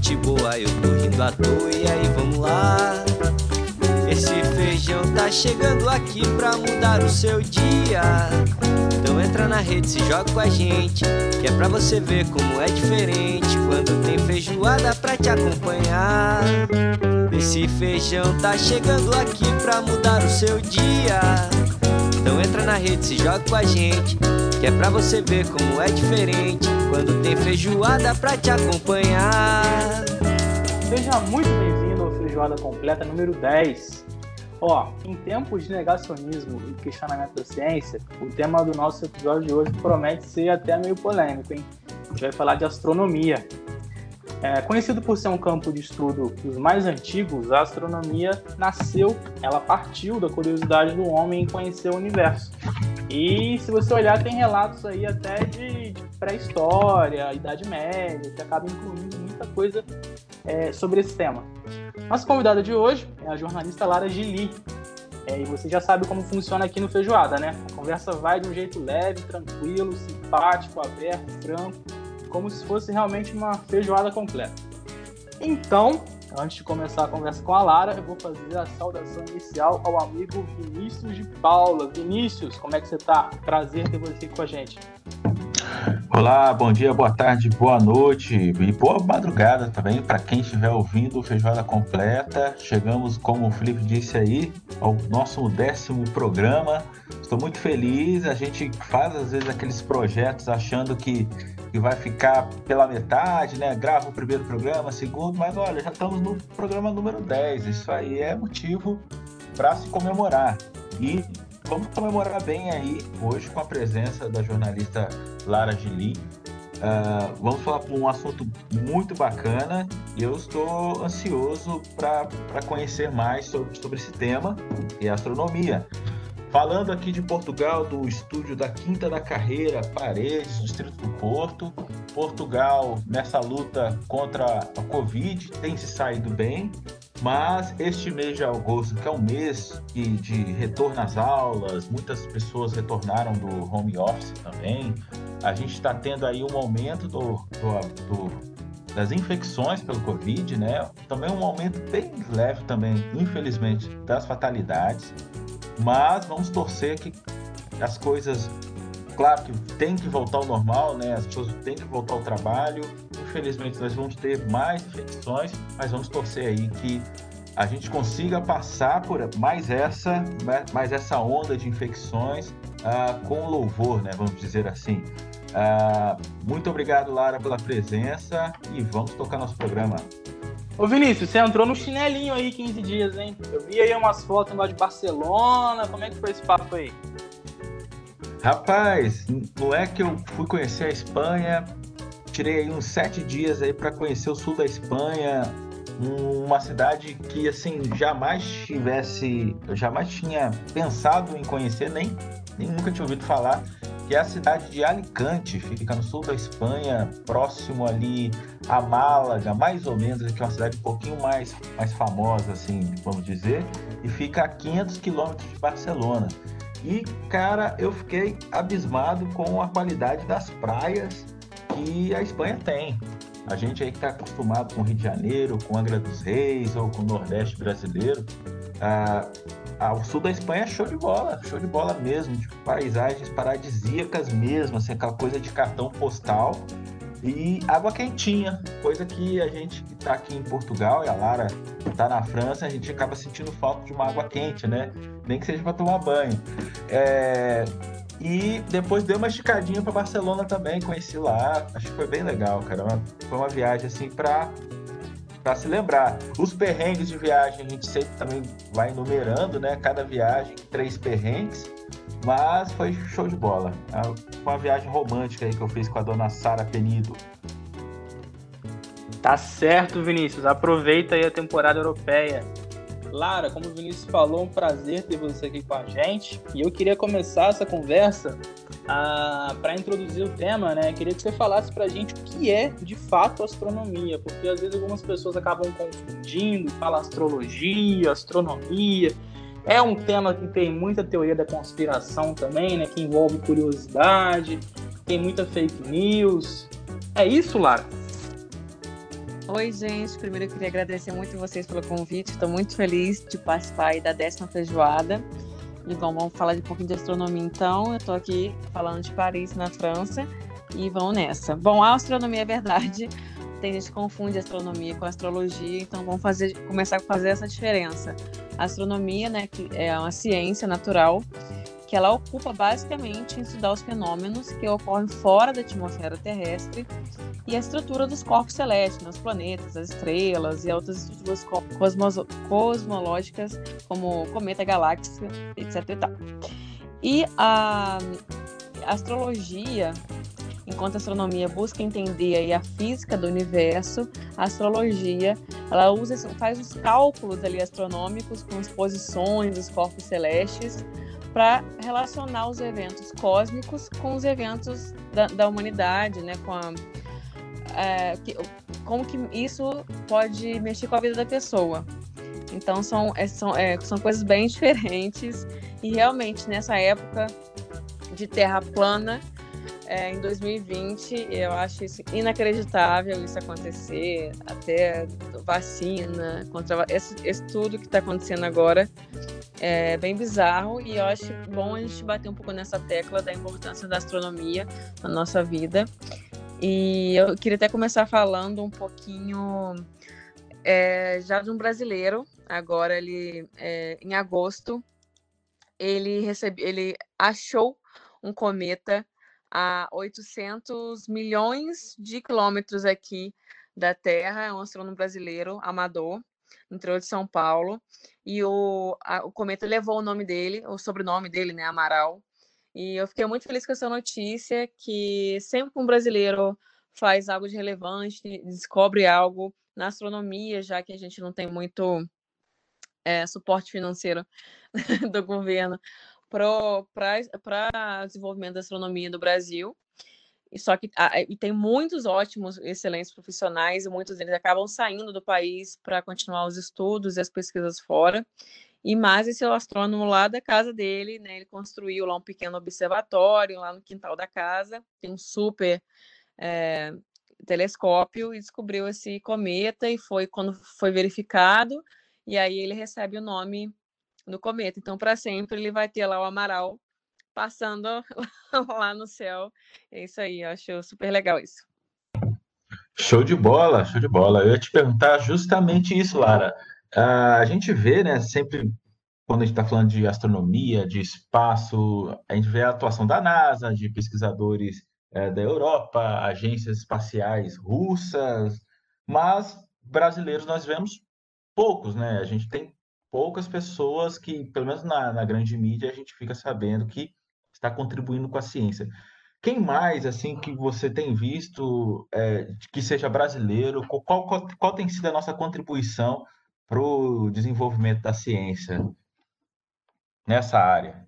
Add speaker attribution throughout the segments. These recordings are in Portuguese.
Speaker 1: gente boa, eu tô rindo à toa, e aí vamos lá. Esse feijão tá chegando aqui pra mudar o seu dia. Então entra na rede, se joga com a gente, que é pra você ver como é diferente quando tem feijoada pra te acompanhar. Esse feijão tá chegando aqui pra mudar o seu dia. Então entra na rede, se joga com a gente, que é pra você ver como é diferente quando tem feijoada pra te acompanhar.
Speaker 2: Seja muito bem-vindo ao Feijoada Completa número 10. Em tempos de negacionismo e questionamento da ciência, o tema do nosso episódio de hoje promete ser até meio polêmico, hein? A gente vai falar de astronomia. Conhecido por ser um campo de estudo dos mais antigos, a astronomia ela partiu da curiosidade do homem em conhecer o universo. E se você olhar, tem relatos aí até de pré-história, Idade Média, que acaba incluindo muita coisa sobre esse tema. Nossa convidada de hoje é a jornalista Lara Gili. E você já sabe como funciona aqui no Feijoada, né? A conversa vai de um jeito leve, tranquilo, simpático, aberto, franco, como se fosse realmente uma feijoada completa. Então, antes de começar a conversa com a Lara, eu vou fazer a saudação inicial ao amigo Vinícius de Paula. Vinícius, como é que você tá? Prazer ter você aqui com a gente.
Speaker 3: Olá, bom dia, boa tarde, boa noite e boa madrugada também para quem estiver ouvindo o Feijoada Completa. Chegamos, como o Felipe disse aí, ao nosso 10º programa. Estou muito feliz. A gente faz às vezes aqueles projetos achando que vai ficar pela metade, né? Grava o primeiro programa, segundo, mas olha, já estamos no programa número 10. Isso aí é motivo para se comemorar. E vamos comemorar bem aí hoje com a presença da jornalista Lara Gili. Vamos falar por um assunto muito bacana e eu estou ansioso para conhecer mais sobre esse tema, que é a astronomia. Falando aqui de Portugal, do estúdio da Quinta da Carreira, Paredes, Distrito do Porto. Portugal, nessa luta contra a Covid, tem se saído bem, mas este mês de agosto, que é um mês de retorno às aulas, muitas pessoas retornaram do home office também. A gente está tendo aí um aumento das infecções pelo Covid, né? Também um aumento bem leve também, infelizmente, das fatalidades. Mas vamos torcer que as coisas, claro que tem que voltar ao normal, né? As pessoas têm que voltar ao trabalho. Infelizmente nós vamos ter mais infecções, mas vamos torcer aí que a gente consiga passar por mais essa onda de infecções com louvor, né? Vamos dizer assim. Muito obrigado, Lara, pela presença e vamos tocar nosso programa.
Speaker 2: Ô Vinícius, você entrou no chinelinho aí 15 dias, hein? Eu vi aí umas fotos lá de Barcelona, como é que foi esse papo aí?
Speaker 3: Rapaz, não é que eu fui conhecer a Espanha, tirei aí uns 7 dias aí para conhecer o sul da Espanha, uma cidade que assim, eu jamais tinha pensado em conhecer, nem nunca tinha ouvido falar, que é a cidade de Alicante, fica no sul da Espanha, próximo ali a Málaga, mais ou menos, que é uma cidade um pouquinho mais famosa, assim, vamos dizer, e fica a 500 quilômetros de Barcelona. E, cara, eu fiquei abismado com a qualidade das praias que a Espanha tem. A gente aí que está acostumado com o Rio de Janeiro, com Angra dos Reis ou com o Nordeste brasileiro, o sul da Espanha é show de bola mesmo, de paisagens paradisíacas mesmo, assim, aquela coisa de cartão postal e água quentinha, coisa que a gente que está aqui em Portugal e a Lara está na França, a gente acaba sentindo falta de uma água quente, né? Nem que seja para tomar banho. E depois dei uma esticadinha para Barcelona também, conheci lá, acho que foi bem legal, cara. Foi uma viagem assim para se lembrar. Os perrengues de viagem a gente sempre também vai enumerando, né? Cada viagem, 3 perrengues, mas foi show de bola. Foi uma viagem romântica aí que eu fiz com a dona Sara Penido.
Speaker 2: Tá certo, Vinícius. Aproveita aí a temporada europeia. Lara, como o Vinícius falou, um prazer ter você aqui com a gente. E eu queria começar essa conversa para introduzir o tema, né? Queria que você falasse pra gente o que é, de fato, astronomia. Porque, às vezes, algumas pessoas acabam confundindo, falam astrologia, astronomia. É um tema que tem muita teoria da conspiração também, né? Que envolve curiosidade, tem muita fake news. É isso, Lara?
Speaker 4: Oi, gente. Primeiro eu queria agradecer muito vocês pelo convite. Estou muito feliz de participar aí da 10ª feijoada. E bom, vamos falar de um pouquinho de astronomia então. Eu estou aqui falando de Paris, na França, e vamos nessa. Bom, a astronomia é verdade. Tem gente que confunde astronomia com astrologia, então vamos começar a fazer essa diferença. A astronomia, né, que é uma ciência natural, que ela ocupa basicamente em estudar os fenômenos que ocorrem fora da atmosfera terrestre e a estrutura dos corpos celestes, os planetas, as estrelas e outras estruturas cosmológicas, como cometa, galáxia, etc. E a astrologia, enquanto a astronomia busca entender aí a física do universo, a astrologia ela faz os cálculos ali astronômicos com as posições dos corpos celestes para relacionar os eventos cósmicos com os eventos da humanidade, né? Como que isso pode mexer com a vida da pessoa. Então são coisas bem diferentes e realmente nessa época de Terra plana, em 2020, eu acho isso inacreditável isso acontecer, até vacina, esse tudo que está acontecendo agora é bem bizarro e eu acho bom a gente bater um pouco nessa tecla da importância da astronomia na nossa vida. E eu queria até começar falando um pouquinho já de um brasileiro. Agora, em agosto, ele achou um cometa a 800 milhões de quilômetros aqui da Terra. É um astrônomo brasileiro, amador, no interior de São Paulo. E o cometa levou o nome dele, o sobrenome dele, né, Amaral. E eu fiquei muito feliz com essa notícia, que sempre que um brasileiro faz algo de relevante, descobre algo na astronomia, já que a gente não tem muito suporte financeiro do governo para desenvolvimento da astronomia do Brasil. E tem muitos ótimos, excelentes profissionais, e muitos deles acabam saindo do país para continuar os estudos e as pesquisas fora. Mas esse astrônomo lá da casa dele, né, ele construiu lá um pequeno observatório lá no quintal da casa, tem um super telescópio, e descobriu esse cometa, e quando foi verificado, e aí ele recebe o nome do cometa. Então, para sempre, ele vai ter lá o Amaral passando lá no céu. É isso aí, eu acho super legal isso.
Speaker 3: Show de bola, show de bola. Eu ia te perguntar justamente isso, Lara. A gente vê, né, sempre quando a gente está falando de astronomia, de espaço, a gente vê a atuação da NASA, de pesquisadores da Europa, agências espaciais russas, mas brasileiros nós vemos poucos, né? A gente tem poucas pessoas que, pelo menos na grande mídia, a gente fica sabendo que está contribuindo com a ciência. Quem mais, assim, que você tem visto que seja brasileiro? Qual tem sido a nossa contribuição para o desenvolvimento da ciência nessa área?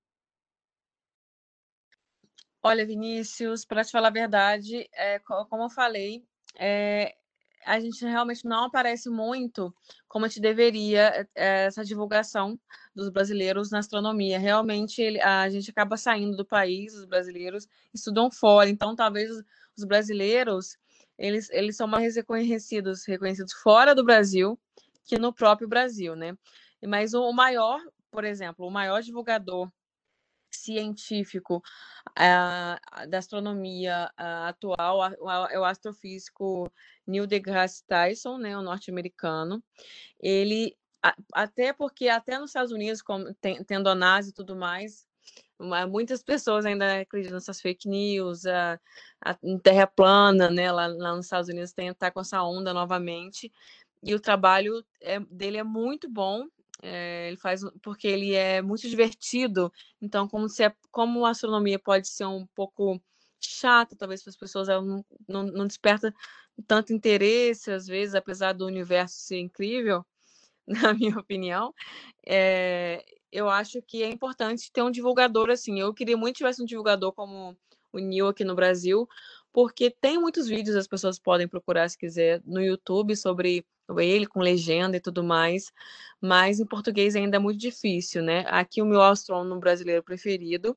Speaker 4: Olha, Vinícius, para te falar a verdade, como eu falei, a gente realmente não aparece muito como a gente deveria essa divulgação dos brasileiros na astronomia. Realmente, a gente acaba saindo do país, os brasileiros estudam fora, então talvez os brasileiros eles são mais reconhecidos fora do Brasil que no próprio Brasil, né? Mas o maior, por exemplo, o maior divulgador científico da astronomia atual é o astrofísico Neil deGrasse Tyson, né, o norte-americano. Ele, até porque até nos Estados Unidos, tendo a NASA e tudo mais, muitas pessoas ainda acreditam nessas fake news, a Terra plana, né, lá nos Estados Unidos tá com essa onda novamente, e o trabalho dele é muito bom. Ele faz porque ele é muito divertido, então como a astronomia pode ser um pouco chata, talvez para as pessoas, ela não desperta tanto interesse às vezes, apesar do universo ser incrível, na minha opinião. Eu acho que é importante ter um divulgador assim. Eu queria muito que tivesse um divulgador como o Neil aqui no Brasil, porque tem muitos vídeos, as pessoas podem procurar se quiser no YouTube sobre ele, com legenda e tudo mais, mas em português ainda é muito difícil, né? Aqui o meu astrônomo brasileiro preferido,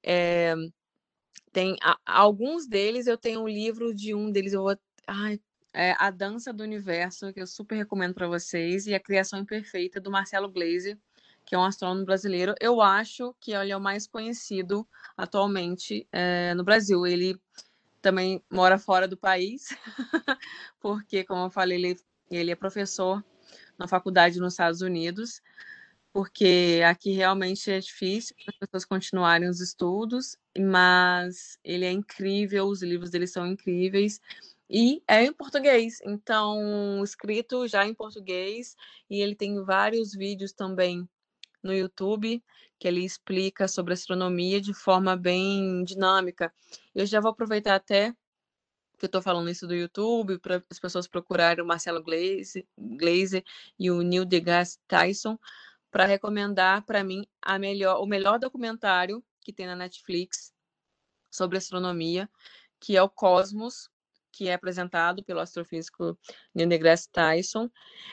Speaker 4: tem alguns deles, eu tenho um livro de um deles, A Dança do Universo, que eu super recomendo para vocês, e A Criação Imperfeita, do Marcelo Gleisi, que é um astrônomo brasileiro. Eu acho que ele é o mais conhecido atualmente no Brasil. Ele também mora fora do país, porque, como eu falei, ele é professor na faculdade nos Estados Unidos, porque aqui realmente é difícil as pessoas continuarem os estudos, mas ele é incrível, os livros dele são incríveis, e é em português, então escrito já em português, e ele tem vários vídeos também no YouTube, que ele explica sobre astronomia de forma bem dinâmica. Eu já vou aproveitar até que eu estou falando isso do YouTube, para as pessoas procurarem o Marcelo Gleiser e o Neil deGrasse Tyson, para recomendar para mim o melhor documentário que tem na Netflix sobre astronomia, que é o Cosmos, que é apresentado pelo astrofísico Neil deGrasse Tyson.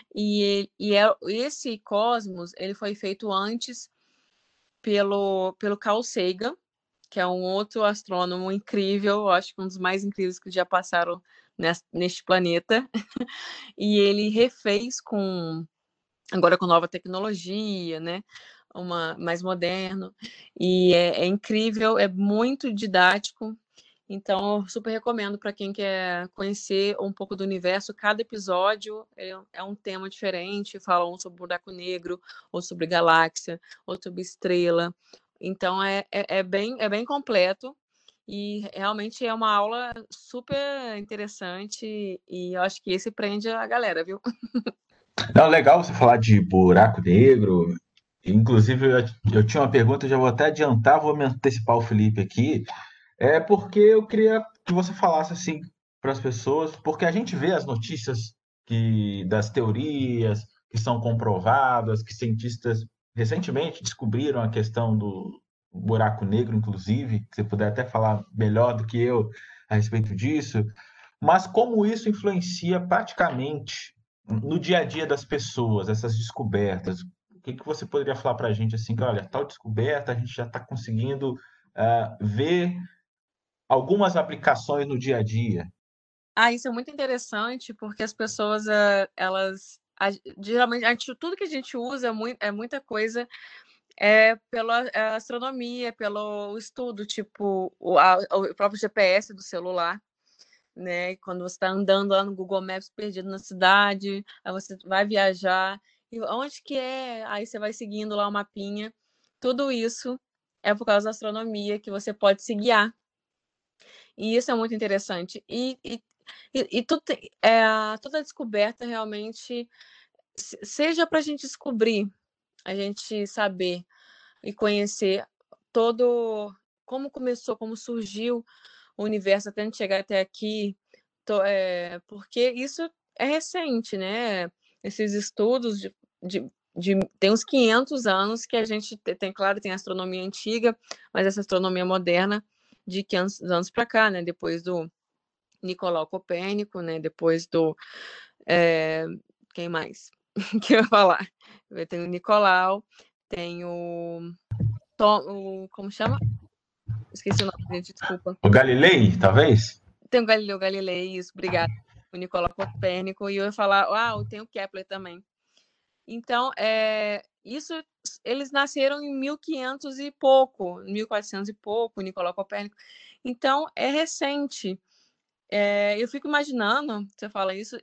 Speaker 4: Esse Cosmos ele foi feito antes pelo Carl Sagan, que é um outro astrônomo incrível, acho que um dos mais incríveis que já passaram neste planeta. E ele refez agora com nova tecnologia, né? Mais moderno. E é incrível, é muito didático. Então, eu super recomendo para quem quer conhecer um pouco do universo. Cada episódio é um tema diferente. Fala um sobre buraco negro, ou sobre galáxia, ou sobre estrela. Então, é bem completo. E realmente é uma aula super interessante. E eu acho que esse prende a galera, viu?
Speaker 3: Não, legal você falar de buraco negro. Inclusive, eu tinha uma pergunta, já vou até adiantar, vou me antecipar o Felipe aqui. É porque eu queria que você falasse assim para as pessoas, porque a gente vê as notícias das teorias que são comprovadas, que cientistas recentemente descobriram a questão do buraco negro, inclusive, que você puder até falar melhor do que eu a respeito disso, mas como isso influencia praticamente no dia a dia das pessoas, essas descobertas. O que você poderia falar para a gente assim, que olha, tal descoberta a gente já está conseguindo ver algumas aplicações no dia a dia.
Speaker 4: Isso é muito interessante, porque as pessoas, elas, geralmente, tudo que a gente usa é muita coisa pela astronomia, pelo estudo, tipo o próprio GPS do celular, né? Quando você está andando lá no Google Maps perdido na cidade, aí você vai viajar, e onde que é? Aí você vai seguindo lá o mapinha. Tudo isso é por causa da astronomia, que você pode se guiar. E isso é muito interessante. Toda descoberta realmente, seja para a gente descobrir, a gente saber e conhecer todo como começou, como surgiu o universo até a gente chegar até aqui, porque isso é recente, né? Esses estudos tem uns 500 anos que a gente tem, claro, tem a astronomia antiga, mas essa astronomia moderna de 500 anos para cá, né? Depois do Nicolau Copérnico, né? Depois do quem mais que eu ia falar? Tem o Nicolau, tem como chama? Esqueci o nome, gente, desculpa.
Speaker 3: O Galilei, talvez?
Speaker 4: Tem o Galileu Galilei, isso, obrigada. O Nicolau Copérnico, e eu ia falar, tem o Kepler também. Então, eles nasceram em 1500 e pouco, 1400 e pouco, o Nicolau Copérnico. Então, é recente. Eu fico imaginando, você fala isso,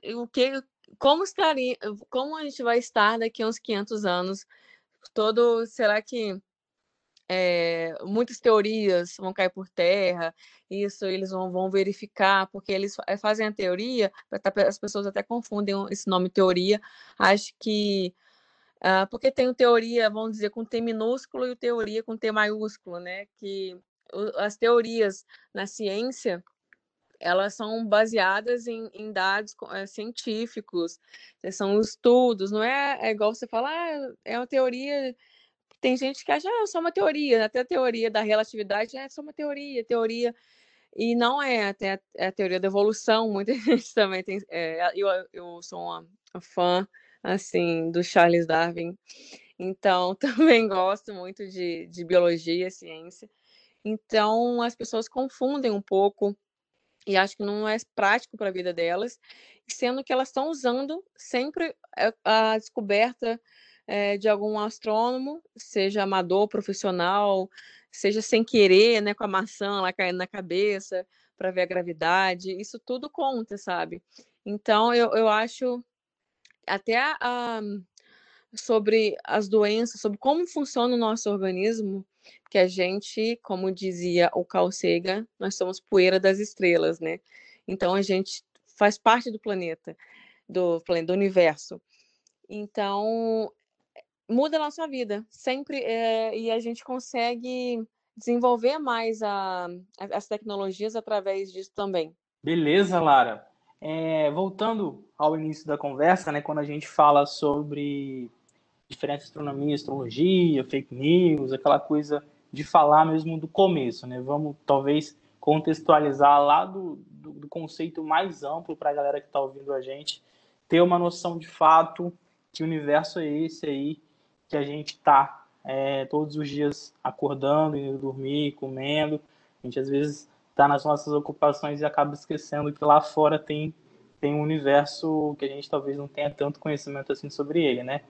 Speaker 4: como a gente vai estar daqui a uns 500 anos? Será que muitas teorias vão cair por terra? Isso eles vão verificar, porque eles fazem a teoria, as pessoas até confundem esse nome teoria, acho que porque tem teoria, vamos dizer, com T minúsculo e teoria com T maiúsculo, né? Que as teorias na ciência, elas são baseadas em dados científicos, são estudos, não é igual você falar, é uma teoria. Tem gente que acha, é só uma teoria, até a teoria da relatividade é só uma teoria, e não é, até a teoria da evolução, muita gente também tem. Eu sou uma fã, assim, do Charles Darwin, então também gosto muito de biologia, ciência. Então as pessoas confundem um pouco e acho que não é prático para a vida delas, sendo que elas estão usando sempre a descoberta de algum astrônomo, seja amador, profissional, seja sem querer, né, com a maçã lá caindo na cabeça para ver a gravidade, isso tudo conta, sabe? Então, eu acho até sobre as doenças, sobre como funciona o nosso organismo, que a gente, como dizia o Carl Sagan, nós somos poeira das estrelas, né? Então a gente faz parte do planeta, do universo. Então muda a nossa vida, sempre, e a gente consegue desenvolver mais as tecnologias através disso também.
Speaker 2: Beleza, Lara. Voltando ao início da conversa, né, quando a gente fala sobre diferente astronomia, astrologia, fake news, aquela coisa de falar mesmo do começo, né? Vamos talvez contextualizar lá do conceito mais amplo para a galera que está ouvindo a gente ter uma noção de fato que universo é esse aí que a gente está todos os dias acordando, indo dormir, comendo. A gente às vezes está nas nossas ocupações e acaba esquecendo que lá fora tem um universo que a gente talvez não tenha tanto conhecimento assim sobre ele, né?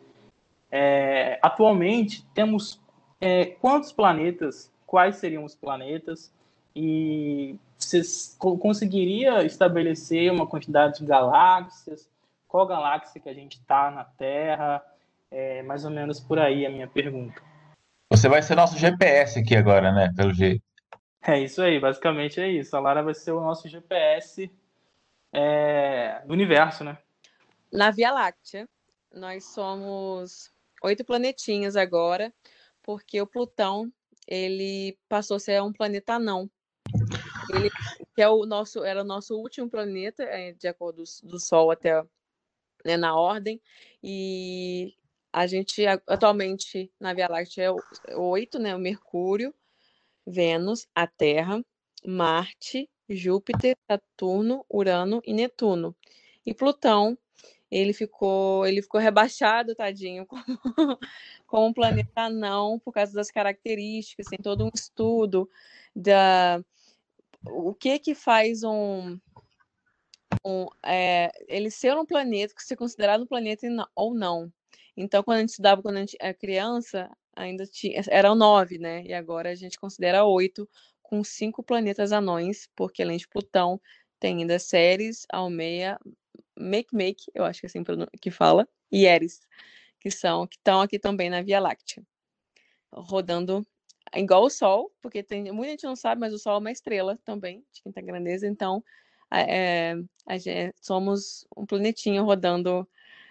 Speaker 2: Atualmente, temos quantos planetas? Quais seriam os planetas? E você conseguiria estabelecer uma quantidade de galáxias? Qual galáxia que a gente está na Terra? Mais ou menos por aí a minha pergunta.
Speaker 3: Você vai ser nosso GPS aqui agora, né? Pelo jeito.
Speaker 2: É isso aí, basicamente é isso. A Lara vai ser o nosso GPS do universo, né?
Speaker 4: Na Via Láctea, nós somos 8 planetinhas agora, porque o Plutão ele passou a ser um planeta anão. Ele que era o nosso último planeta, de acordo do Sol até, né, na ordem, e a gente atualmente na Via Láctea é 8, né? O Mercúrio, Vênus, a Terra, Marte, Júpiter, Saturno, Urano e Netuno. E Plutão, ele ficou rebaixado, tadinho, como um planeta anão por causa das características, tem todo um estudo o que faz ele ser um planeta, ser considerado um planeta ou não. Então, quando a gente estudava, quando a gente era criança, ainda eram 9, né? E agora a gente considera 8, com 5 planetas anões, porque além de Plutão, tem ainda Ceres, Almeia, Makemake, eu acho que é assim que fala, e Eris, que estão aqui também na Via Láctea, rodando igual o Sol, porque muita gente não sabe, mas o Sol é uma estrela também, de quinta grandeza, então somos um planetinho rodando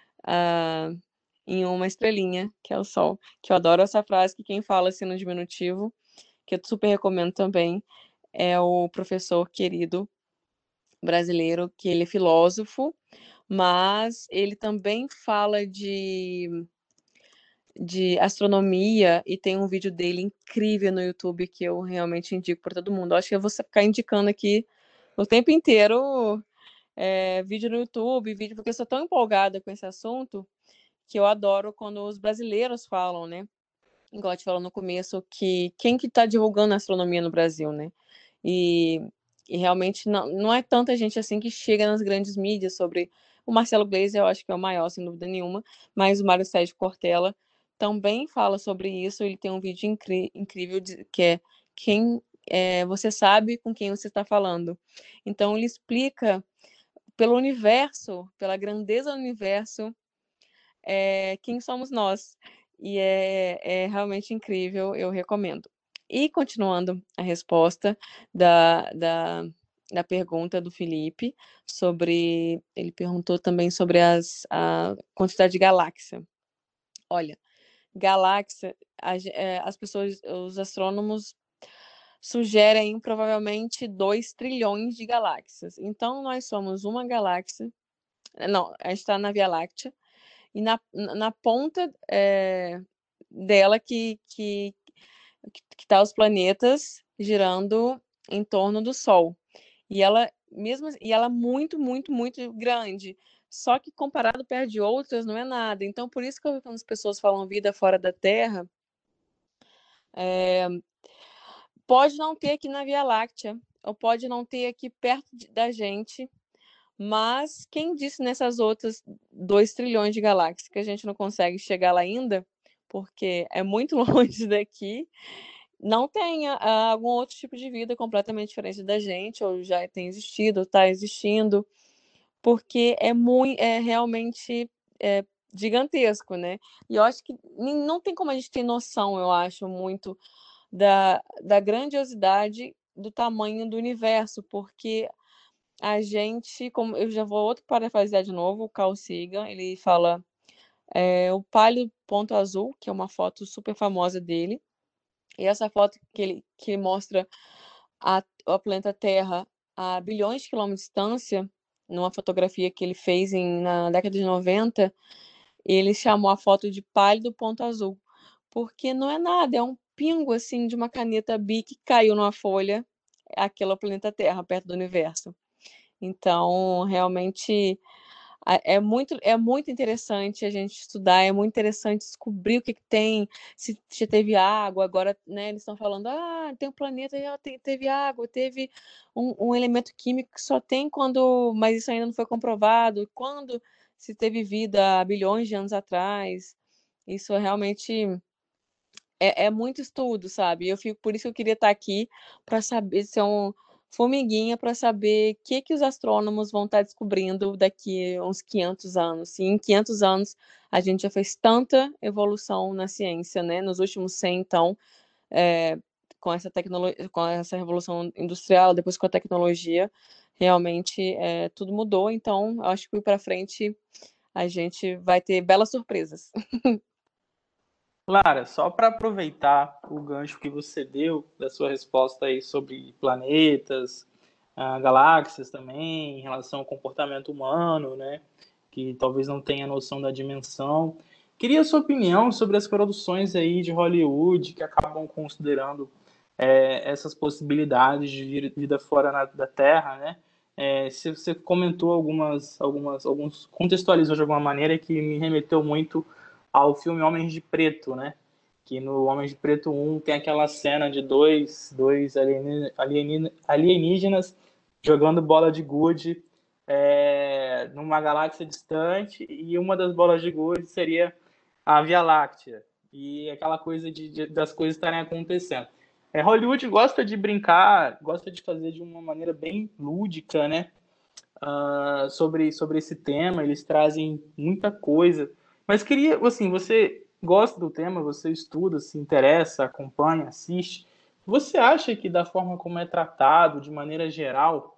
Speaker 4: em uma estrelinha, que é o Sol. Que eu adoro essa frase, que quem fala assim no diminutivo, que eu super recomendo também, é o professor querido brasileiro, que ele é filósofo, mas ele também fala de astronomia e tem um vídeo dele incrível no YouTube que eu realmente indico para todo mundo. Eu acho que eu vou ficar indicando aqui o tempo inteiro vídeo no YouTube, vídeo, porque eu sou tão empolgada com esse assunto que eu adoro quando os brasileiros falam, né? Igual a gente falou no começo, que quem que está divulgando a astronomia no Brasil, né? E, e realmente não é tanta gente assim que chega nas grandes mídias sobre o Marcelo Gleiser, eu acho que é o maior, sem dúvida nenhuma, mas o Mário Sérgio Cortella também fala sobre isso. Ele tem um vídeo incrível que é quem você sabe com quem você está falando. Então ele explica pelo universo, pela grandeza do universo, quem somos nós. E é realmente incrível, eu recomendo. E continuando a resposta da pergunta do Felipe sobre. Ele perguntou também sobre a quantidade de galáxia. Olha, galáxia, as pessoas, os astrônomos sugerem provavelmente 2 trilhões de galáxias. Então, nós somos uma galáxia. Não, a gente está na Via Láctea, e na ponta dela que tá os planetas girando em torno do Sol. E ela é muito, muito, muito grande. Só que comparado perto de outras, não é nada. Então, por isso que quando as pessoas falam vida fora da Terra, pode não ter aqui na Via Láctea. ou pode não ter aqui perto da gente, mas quem disse nessas outras 2 trilhões de galáxias que a gente não consegue chegar lá ainda, porque é muito longe daqui, não tenha algum outro tipo de vida completamente diferente da gente, ou já tem existido, ou está existindo, porque é realmente gigantesco, né? E eu acho que não tem como a gente ter noção, eu acho, muito da grandiosidade do tamanho do universo, porque a gente, como eu já vou outro parafrasear de novo, o Carl Sagan, ele fala o pálido ponto azul, que é uma foto super famosa dele, e essa foto que mostra o planeta Terra a bilhões de quilômetros de distância, numa fotografia que ele fez na década de 90, ele chamou a foto de pálido ponto azul, porque não é nada, é um pingo assim de uma caneta Bic que caiu numa folha, aquele é o planeta Terra, perto do universo. Então, realmente, é muito interessante a gente estudar, é muito interessante descobrir o que tem, se já teve água, agora, né, eles estão falando, tem um planeta, teve água, teve um elemento químico que só tem quando, mas isso ainda não foi comprovado, quando se teve vida há bilhões de anos atrás. Isso realmente é muito estudo, sabe? Por isso que eu queria estar aqui para saber, ser um formiguinha para saber o que os astrônomos vão estar descobrindo daqui a uns 500 anos. E em 500 anos a gente já fez tanta evolução na ciência, né? Nos últimos 100, então, com essa tecnologia, com essa revolução industrial, depois com a tecnologia, realmente tudo mudou. Então, eu acho que para frente a gente vai ter belas surpresas.
Speaker 2: Clara, só para aproveitar o gancho que você deu da sua resposta aí sobre planetas, galáxias também, em relação ao comportamento humano, né, que talvez não tenha noção da dimensão. Queria a sua opinião sobre as produções aí de Hollywood que acabam considerando essas possibilidades de vida fora da Terra, né? Se você comentou alguns contextualizou de alguma maneira que me remeteu muito ao filme Homens de Preto, né? Que no Homens de Preto 1 tem aquela cena de dois alienígenas jogando bola de gude numa galáxia distante, e uma das bolas de gude seria a Via Láctea. E aquela coisa das coisas estarem acontecendo. Hollywood gosta de brincar, gosta de fazer de uma maneira bem lúdica, né? Sobre esse tema, eles trazem muita coisa. Mas queria, assim, você gosta do tema, você estuda, se interessa, acompanha, assiste. Você acha que da forma como é tratado, de maneira geral,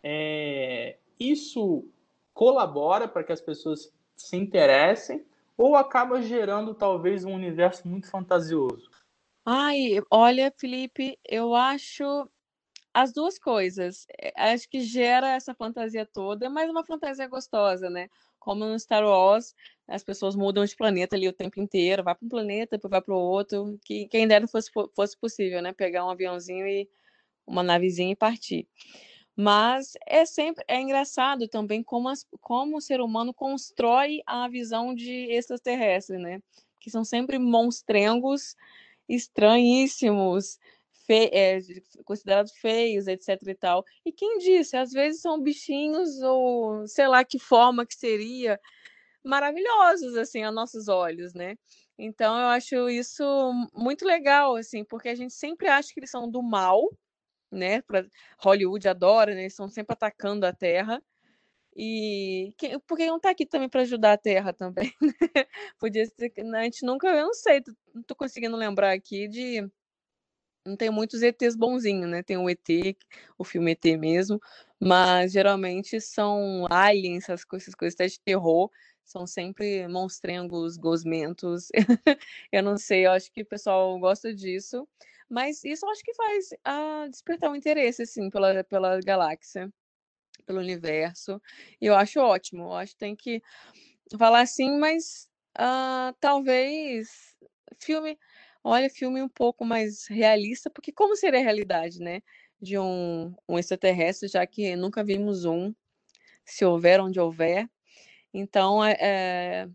Speaker 2: isso colabora para que as pessoas se interessem ou acaba gerando talvez um universo muito fantasioso?
Speaker 4: Ai, olha, Felipe, eu acho as 2 coisas. Acho que gera essa fantasia toda, mas uma fantasia gostosa, né? Como no Star Wars, as pessoas mudam de planeta ali o tempo inteiro, vai para um planeta, depois vai para o outro, que quem dera fosse possível, né? Pegar um aviãozinho e uma navezinha e partir. Mas é engraçado também como o ser humano constrói a visão de extraterrestre, né? Que são sempre monstrengos estranhíssimos, considerados feios, etc e tal. E quem disse? Às vezes são bichinhos ou sei lá que forma que seria, maravilhosos assim a nossos olhos, né? Então eu acho isso muito legal, assim, porque a gente sempre acha que eles são do mal, né? Hollywood adora, né? Eles estão sempre atacando a Terra. E porque não tá aqui também para ajudar a Terra também, né? Podia ser que a gente nunca, eu não sei, não tô conseguindo lembrar aqui de. Não tem muitos ETs bonzinhos, né? Tem o ET, o filme ET mesmo, mas geralmente são aliens, essas coisas até de terror, são sempre monstrengos, gosmentos. Eu não sei, eu acho que o pessoal gosta disso, mas isso eu acho que faz despertar um interesse, assim, pela galáxia, pelo universo, e eu acho ótimo. Eu acho que tem que falar assim, mas talvez filme, olha, filme um pouco mais realista, porque como seria a realidade, né, de um extraterrestre, já que nunca vimos um, se houver, onde houver. Então,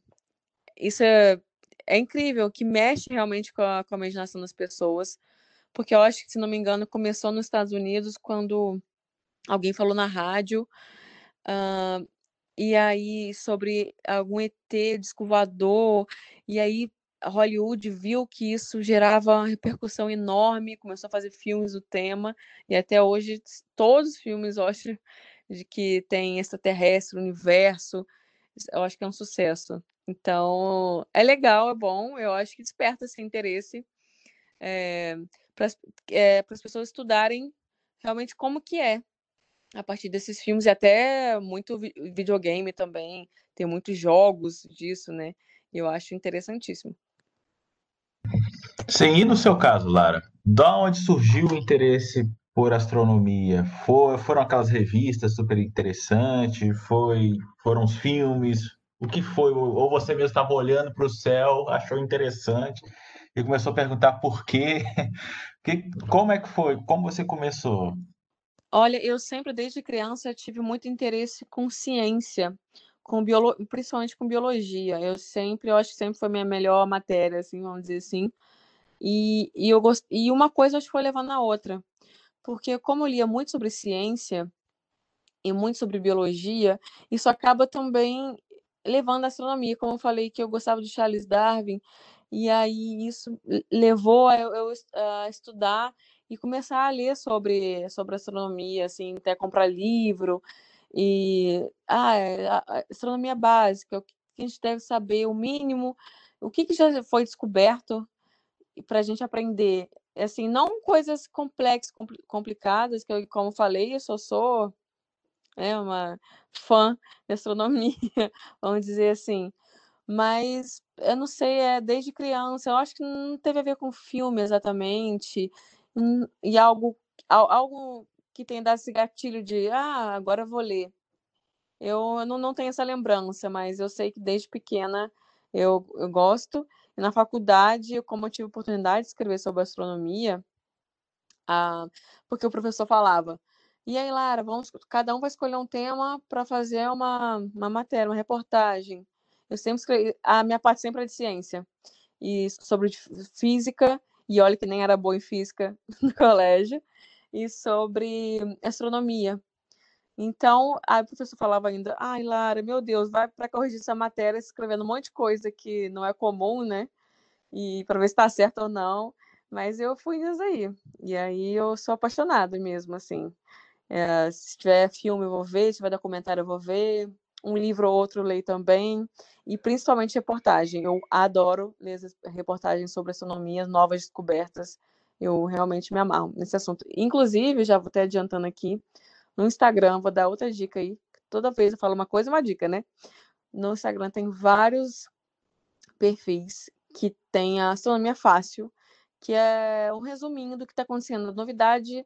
Speaker 4: isso é incrível, que mexe realmente com a imaginação das pessoas, porque eu acho que, se não me engano, começou nos Estados Unidos quando alguém falou na rádio, e aí sobre algum ET, disco voador, e aí a Hollywood viu que isso gerava uma repercussão enorme, começou a fazer filmes do tema, e até hoje todos os filmes, eu acho, de que tem extraterrestre, universo, eu acho que é um sucesso. Então, é legal, é bom, eu acho que desperta esse interesse para as pessoas estudarem realmente como que é a partir desses filmes, e até muito videogame também, tem muitos jogos disso, né? Eu acho interessantíssimo.
Speaker 3: Sim, e no seu caso, Lara, da onde surgiu o interesse por astronomia? Foram aquelas revistas super interessantes? Foram os filmes? O que foi? Ou você mesmo estava olhando para o céu, achou interessante e começou a perguntar por quê? Como é que foi? Como você começou?
Speaker 4: Olha, eu sempre, desde criança, tive muito interesse com ciência, principalmente com biologia. Eu acho que sempre foi minha melhor matéria, assim, vamos dizer assim. E uma coisa acho que foi levando a outra, porque como eu lia muito sobre ciência e muito sobre biologia, isso acaba também levando a astronomia. Como eu falei que eu gostava de Charles Darwin, e aí isso levou a estudar e começar a ler sobre astronomia, assim, até comprar livro. A astronomia básica, o que a gente deve saber, o mínimo, o que já foi descoberto para a gente aprender. Assim, não coisas complexas, complicadas, que eu, como falei, eu sou uma fã de astronomia, vamos dizer assim. Mas eu não sei, desde criança, eu acho que não teve a ver com filme exatamente, e algo que tenha dado esse gatilho de, agora eu vou ler. Eu não tenho essa lembrança, mas eu sei que desde pequena eu gosto. E na faculdade, como eu tive oportunidade de escrever sobre astronomia, porque o professor falava: e aí, Lara, cada um vai escolher um tema para fazer uma matéria, uma reportagem. Eu sempre escrevi, a minha parte sempre é de ciência, e sobre física, e olha que nem era boa em física no colégio, e sobre astronomia. Então, aí o professor falava ainda: ai, Lara, meu Deus, vai para corrigir essa matéria escrevendo um monte de coisa que não é comum, né? E para ver se está certo ou não. Mas eu fui nisso aí. E aí eu sou apaixonada mesmo, assim. Se tiver filme, eu vou ver, se tiver documentário, eu vou ver. Um livro ou outro eu leio também. E principalmente reportagem. Eu adoro ler reportagens sobre astronomia, novas descobertas. Eu realmente me amarro nesse assunto. Inclusive, já vou até adiantando aqui, no Instagram, vou dar outra dica aí. Toda vez eu falo uma coisa, uma dica, né? No Instagram tem vários perfis que tem a astronomia fácil, que é um resuminho do que está acontecendo, novidade,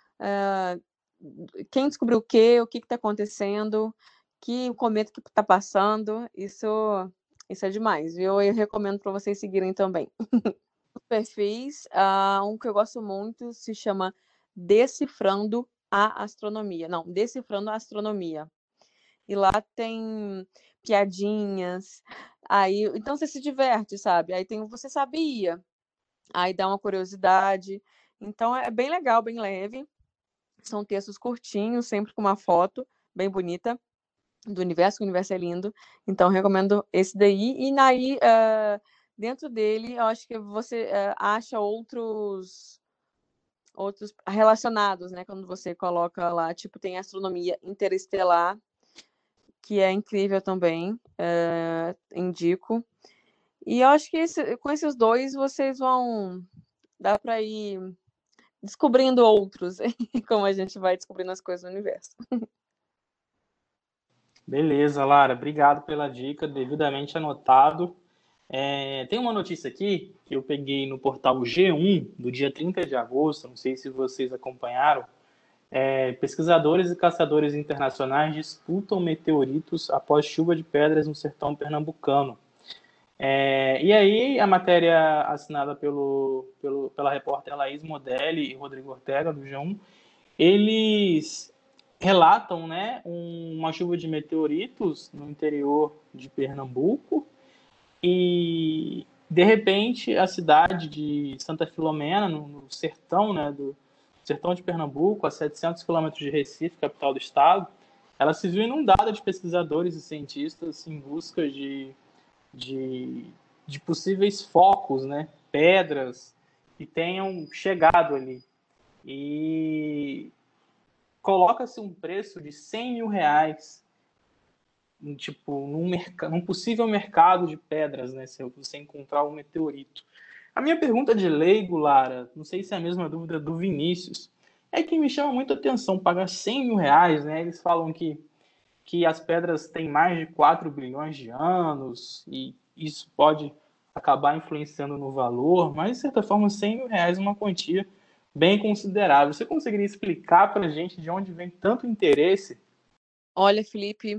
Speaker 4: quem descobriu o que está acontecendo, o cometa que está passando, isso é demais, viu? Eu recomendo para vocês seguirem também. Os perfis, um que eu gosto muito se chama Decifrando a Astronomia. Não, Decifrando a Astronomia. E lá tem piadinhas. Aí, então você se diverte, sabe? Aí tem o Você Sabia? Aí dá uma curiosidade. Então é bem legal, bem leve. São textos curtinhos, sempre com uma foto bem bonita do universo, que o universo é lindo. Então recomendo esse daí. E aí, dentro dele, eu acho que você acha outros relacionados, né? Quando você coloca lá, tipo, tem astronomia interestelar, que é incrível também, indico. E eu acho que com esses dois vocês vão dar para ir descobrindo outros, como a gente vai descobrindo as coisas no universo.
Speaker 2: Beleza, Lara, obrigado pela dica, devidamente anotado. Tem uma notícia aqui que eu peguei no portal G1 do dia 30 de agosto, não sei se vocês acompanharam. Pesquisadores e caçadores internacionais disputam meteoritos após chuva de pedras no sertão pernambucano. E aí, a matéria assinada pela repórter Laís Modelli e Rodrigo Ortega, do G1, eles relatam, né, uma chuva de meteoritos no interior de Pernambuco, e de repente, a cidade de Santa Filomena, no sertão, né, do sertão de Pernambuco, a 700 quilômetros de Recife, capital do estado, ela se viu inundada de pesquisadores e cientistas em busca de, de possíveis focos, né, pedras que tenham chegado ali. E coloca-se um preço de R$ 100 mil tipo, num possível mercado de pedras, né? Se você encontrar um meteorito. A minha pergunta de leigo, Lara, não sei se é a mesma dúvida do Vinícius, é que me chama muito a atenção, pagar R$ 100 mil, né? Eles falam que as pedras têm mais de 4 bilhões de anos e isso pode acabar influenciando no valor, mas de certa forma R$ 100 mil é uma quantia bem considerável. Você conseguiria explicar para a gente de onde vem tanto interesse?
Speaker 4: Olha, Felipe,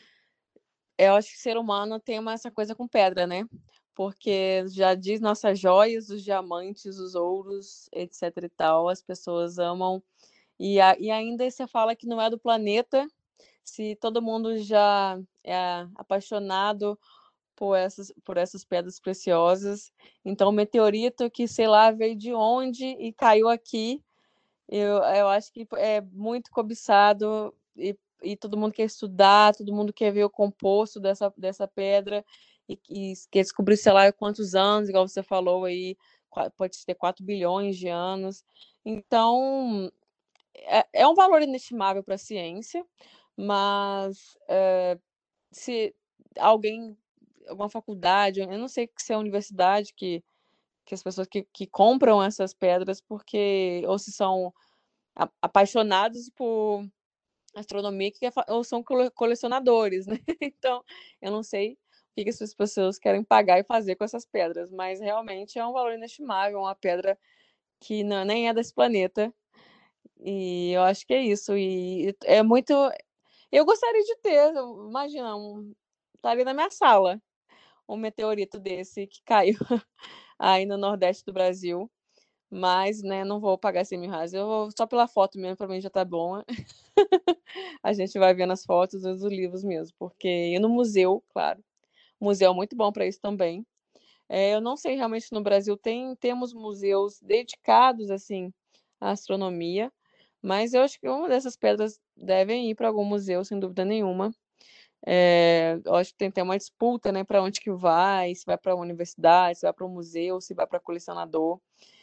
Speaker 4: eu acho que o ser humano tem essa coisa com pedra, né? Porque já diz nossas joias, os diamantes, os ouros, etc e tal, as pessoas amam. E ainda você fala que não é do planeta, se todo mundo já é apaixonado por essas pedras preciosas. Então, o meteorito que, sei lá, veio de onde e caiu aqui, eu acho que é muito cobiçado e todo mundo quer estudar, todo mundo quer ver o composto dessa pedra e quer descobrir, sei lá, quantos anos, igual você falou aí, pode ter 4 bilhões de anos. Então, é um valor inestimável para a ciência, mas se alguém, alguma faculdade, eu não sei se é a universidade que as pessoas que compram essas pedras, porque ou se são apaixonados por astronomia ou são colecionadores, né? Então, eu não sei o que essas pessoas querem pagar e fazer com essas pedras, mas realmente é um valor inestimável, uma pedra que não, nem é desse planeta. E eu acho que é isso. E é muito. Eu gostaria de ter, imagina, estaria na minha sala um meteorito desse que caiu aí no Nordeste do Brasil. Mas, né, não vou pagar R$ 100 mil. Eu vou só pela foto mesmo, para mim já tá bom. A gente vai vendo as fotos dos livros mesmo, porque ir no museu, claro. O museu é muito bom para isso também. Eu não sei realmente no Brasil temos museus dedicados assim à astronomia, mas eu acho que uma dessas pedras devem ir para algum museu, sem dúvida nenhuma. Eu acho que tem até uma disputa, né, para onde que vai, se vai para a universidade, se vai para o museu, se vai para colecionador.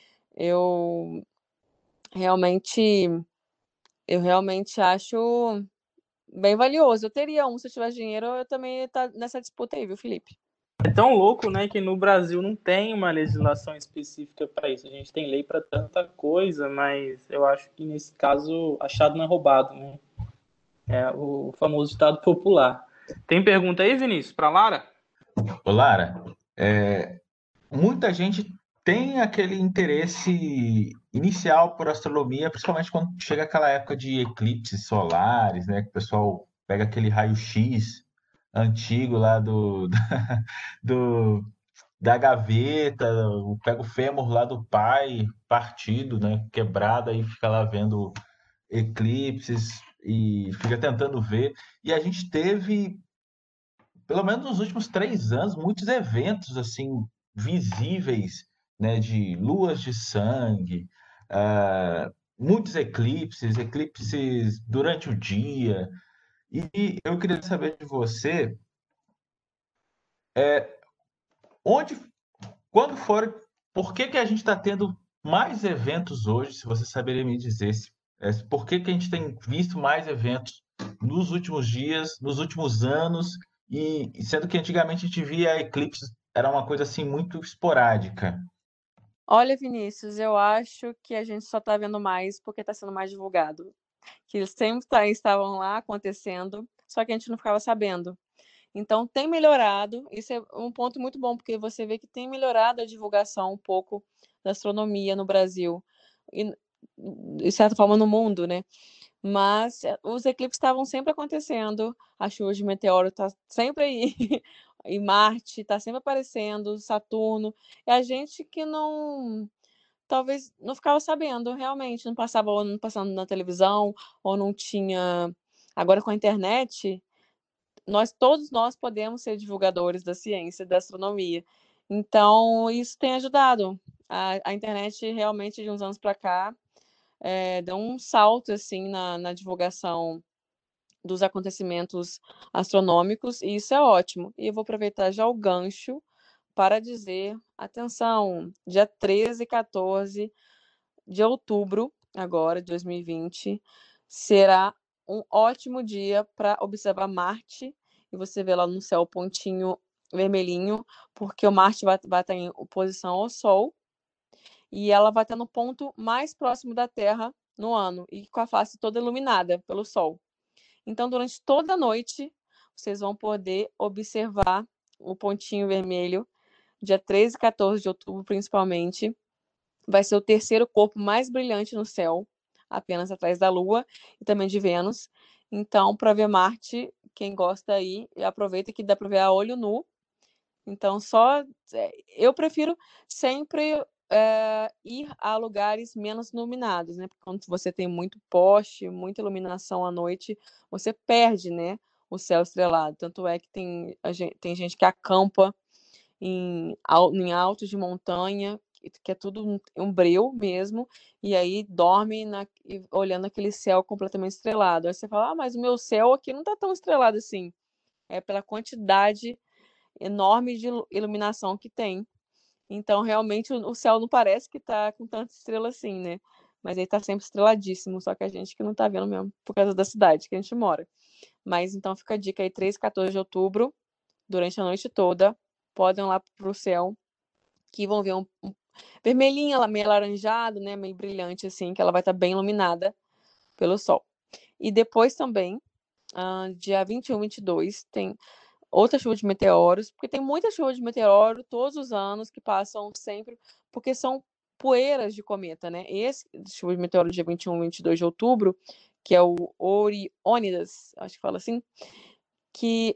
Speaker 4: Eu realmente, eu realmente acho bem valioso. Eu teria um, se eu tivesse dinheiro, eu também ia estar nessa disputa aí, viu, Felipe?
Speaker 2: É tão louco, né, que no Brasil não tem uma legislação específica para isso. A gente tem lei para tanta coisa, mas eu acho que nesse caso achado não é roubado, né? É o famoso ditado popular. Tem pergunta aí, Vinícius, para Lara?
Speaker 3: Ô, Lara, muita gente tem aquele interesse inicial por astronomia, principalmente quando chega aquela época de eclipses solares, né? Que o pessoal pega aquele raio-x antigo lá do, da gaveta, pega o fêmur lá do pai partido, né? Quebrado, aí fica lá vendo eclipses e fica tentando ver. E a gente teve, pelo menos nos últimos 3 anos, muitos eventos assim visíveis, né, de luas de sangue, muitos eclipses durante o dia. E eu queria saber de você, onde, quando for, por que que a gente está tendo mais eventos hoje, se você saberia me dizer, por que que a gente tem visto mais eventos nos últimos dias, nos últimos anos, e sendo que antigamente a gente via eclipses, era uma coisa assim muito esporádica.
Speaker 4: Olha, Vinícius, eu acho que a gente só está vendo mais porque está sendo mais divulgado. Que eles sempre estavam lá acontecendo, só que a gente não ficava sabendo. Então, tem melhorado, isso é um ponto muito bom, porque você vê que tem melhorado a divulgação um pouco da astronomia no Brasil, e, de certa forma, no mundo, né? Mas os eclipses estavam sempre acontecendo, a chuva de meteoro está sempre aí, e Marte está sempre aparecendo, Saturno, e a gente que não, talvez não ficava sabendo, realmente, não passava ou não passando na televisão, ou não tinha. Agora com a internet, todos nós podemos ser divulgadores da ciência, da astronomia. Então, isso tem ajudado. A internet realmente, de uns anos para cá, deu um salto assim na divulgação dos acontecimentos astronômicos, e isso é ótimo. E eu vou aproveitar já o gancho para dizer, atenção, dia 13 e 14 de outubro, agora, de 2020, será um ótimo dia para observar Marte, e você vê lá no céu o pontinho vermelhinho, porque o Marte vai estar em oposição ao Sol, e ela vai estar no ponto mais próximo da Terra no ano, e com a face toda iluminada pelo Sol. Então, durante toda a noite, vocês vão poder observar o pontinho vermelho, dia 13 e 14 de outubro, principalmente. Vai ser o terceiro corpo mais brilhante no céu, apenas atrás da Lua e também de Vênus. Então, para ver Marte, quem gosta aí, aproveita que dá para ver a olho nu. Então, eu prefiro sempre ir a lugares menos iluminados, né? Porque quando você tem muito poste, muita iluminação à noite, você perde, né, o céu estrelado. Tanto é que tem gente que acampa em altos de montanha, que é tudo um breu mesmo, e aí dorme olhando aquele céu completamente estrelado. Aí você fala, mas o meu céu aqui não está tão estrelado assim. É pela quantidade enorme de iluminação que tem. Então, realmente, o céu não parece que está com tanta estrela assim, né? Mas aí está sempre estreladíssimo, só que a gente que não está vendo mesmo, por causa da cidade que a gente mora. Mas então fica a dica aí, 13 e 14 de outubro, durante a noite toda, podem ir lá pro céu, que vão ver um vermelhinho, meio alaranjado, né? Meio brilhante, assim, que ela vai estar bem iluminada pelo sol. E depois também, dia 21, 22, tem outra chuva de meteoros, porque tem muita chuva de meteoro todos os anos que passam sempre, porque são poeiras de cometa, né? Esse chuva de meteoro dia 21 e 22 de outubro, que é o Oriônidas, acho que fala assim, que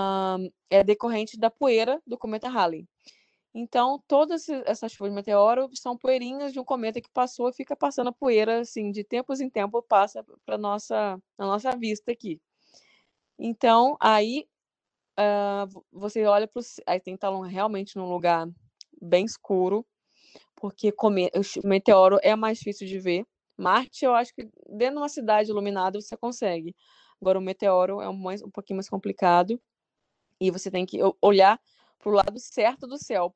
Speaker 4: é decorrente da poeira do cometa Halley. Então, todas essas chuvas de meteoro são poeirinhas de um cometa que passou e fica passando a poeira, assim, de tempos em tempo, passa para na nossa vista aqui. Então, aí você olha para aí tem que estar realmente num lugar bem escuro, porque o meteoro é mais difícil de ver. Marte, eu acho que dentro de uma cidade iluminada você consegue. Agora, o meteoro é um pouquinho mais complicado e você tem que olhar para o lado certo do céu.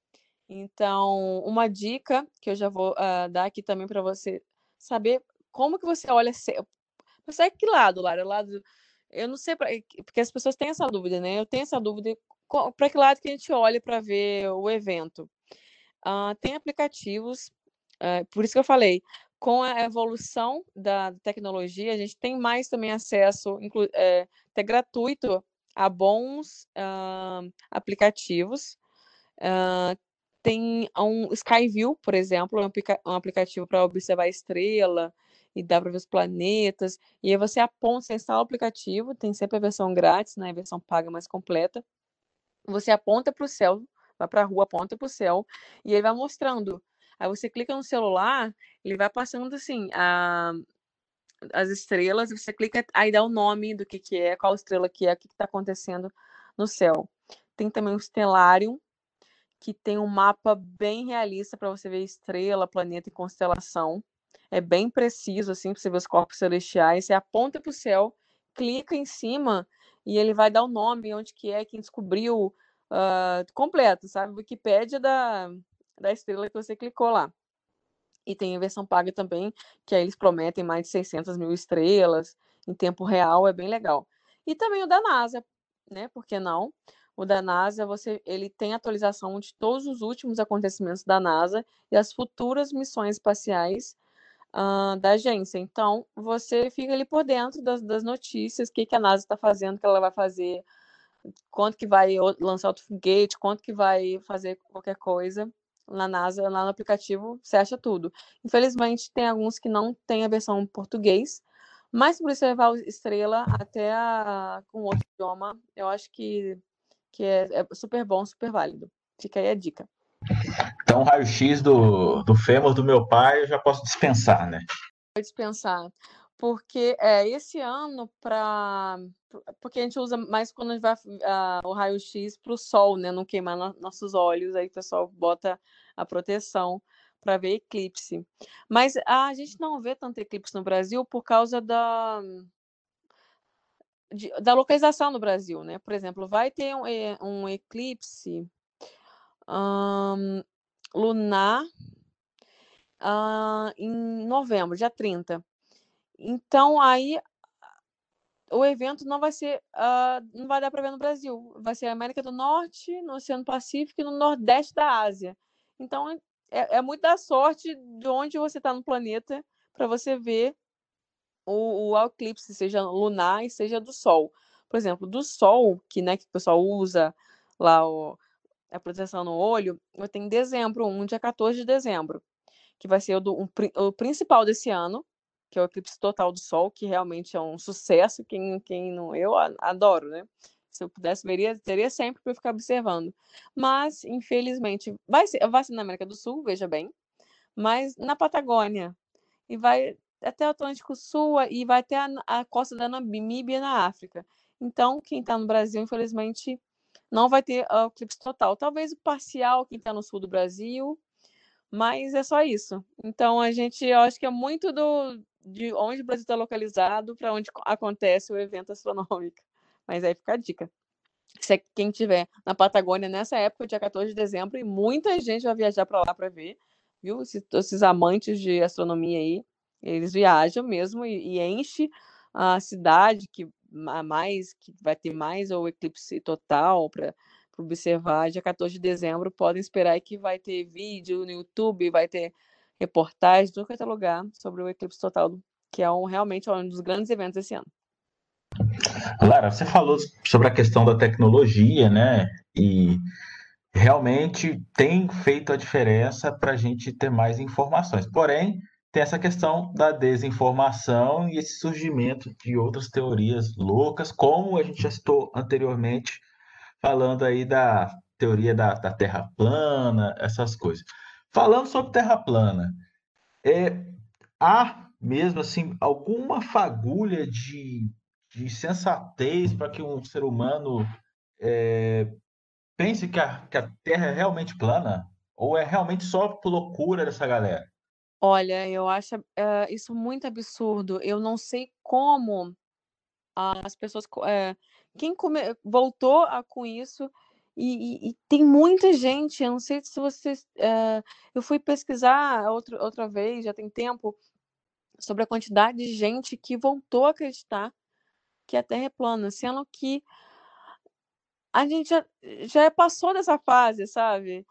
Speaker 4: Então, uma dica que eu já vou dar aqui também para você saber como que você olha céu. Você é que lado, Lara? Eu não sei, porque as pessoas têm essa dúvida, né? Eu tenho essa dúvida, para que lado que a gente olha para ver o evento? Tem aplicativos, por isso que eu falei, com a evolução da tecnologia, a gente tem mais também acesso, até gratuito, a bons aplicativos. Tem um Skyview, por exemplo, um aplicativo para observar a estrela, e dá para ver os planetas, e aí você instala o aplicativo, tem sempre a versão grátis, né, a versão paga mais completa, você aponta para o céu, vai para a rua, aponta para o céu, e ele vai mostrando. Aí você clica no celular, ele vai passando assim, as estrelas, você clica, aí dá o nome do que é, qual estrela que é, o que está acontecendo no céu. Tem também o Stellarium, que tem um mapa bem realista para você ver estrela, planeta e constelação. É bem preciso, assim, para você ver os corpos celestiais. Você aponta para o céu, clica em cima e ele vai dar o nome, onde que é, quem descobriu, completo, sabe? Wikipédia da estrela que você clicou lá. E tem a versão paga também, que aí eles prometem mais de 600 mil estrelas em tempo real, é bem legal. E também o da NASA, né? Por que não? O da NASA, ele tem atualização de todos os últimos acontecimentos da NASA e as futuras missões espaciais da agência. Então, você fica ali por dentro das notícias, o que a NASA está fazendo, o que ela vai fazer, quanto que vai lançar outro foguete, quanto que vai fazer qualquer coisa na NASA, lá no aplicativo, você acha tudo. Infelizmente, tem alguns que não tem a versão em português, mas se você levar estrela até com outro idioma, eu acho que é super bom, super válido. Fica aí a dica.
Speaker 3: Então, o raio-x do fêmur do meu pai eu já posso dispensar, né?
Speaker 4: Pode dispensar. porque esse ano, porque a gente usa mais quando a gente vai o raio-x para o sol, né? Não queimar nossos olhos, aí o pessoal bota a proteção para ver eclipse. Mas a gente não vê tanto eclipse no Brasil por causa da localização no Brasil, né? Por exemplo, vai ter um eclipse lunar em novembro, dia 30. Então, aí o evento não vai ser, não vai dar para ver no Brasil. Vai ser a América do Norte, no Oceano Pacífico e no Nordeste da Ásia. Então, é muito da sorte de onde você está no planeta para você ver o eclipse, seja lunar e seja do Sol. Por exemplo, do Sol, que o pessoal usa lá a proteção no olho, eu tenho em dezembro, dia 14 de dezembro, que vai ser o principal desse ano, que é o eclipse total do Sol, que realmente é um sucesso. Quem não, eu adoro, né? Se eu pudesse, teria sempre para ficar observando. Mas, infelizmente, vai ser na América do Sul, veja bem, mas na Patagônia. E vai até o Atlântico Sul e vai até a costa da Namíbia, na África. Então, quem está no Brasil, infelizmente, não vai ter o eclipse total. Talvez o parcial, quem está no sul do Brasil, mas é só isso. Então, eu acho que é muito de onde o Brasil está localizado para onde acontece o evento astronômico. Mas aí fica a dica. Se quem estiver na Patagônia nessa época, dia 14 de dezembro, e muita gente vai viajar para lá para ver, viu? Esses amantes de astronomia aí, eles viajam mesmo e enche a cidade que vai ter mais o eclipse total para observar. Dia 14 de dezembro, podem esperar que vai ter vídeo no YouTube, vai ter reportagem, tudo quanto é lugar sobre o eclipse total, que é realmente um dos grandes eventos desse ano.
Speaker 3: Lara, você falou sobre a questão da tecnologia, né? E realmente tem feito a diferença para a gente ter mais informações. Porém, tem essa questão da desinformação e esse surgimento de outras teorias loucas, como a gente já citou anteriormente, falando aí da teoria da Terra plana, essas coisas. Falando sobre Terra plana, há mesmo assim alguma fagulha de sensatez para que um ser humano pense que a Terra é realmente plana? Ou é realmente só loucura dessa galera?
Speaker 4: Olha, eu acho isso muito absurdo. Eu não sei como as pessoas, quem voltou com isso, e tem muita gente. Eu não sei se vocês. Eu fui pesquisar outra vez, já tem tempo, sobre a quantidade de gente que voltou a acreditar que a Terra é plana, sendo que a gente já passou dessa fase, sabe?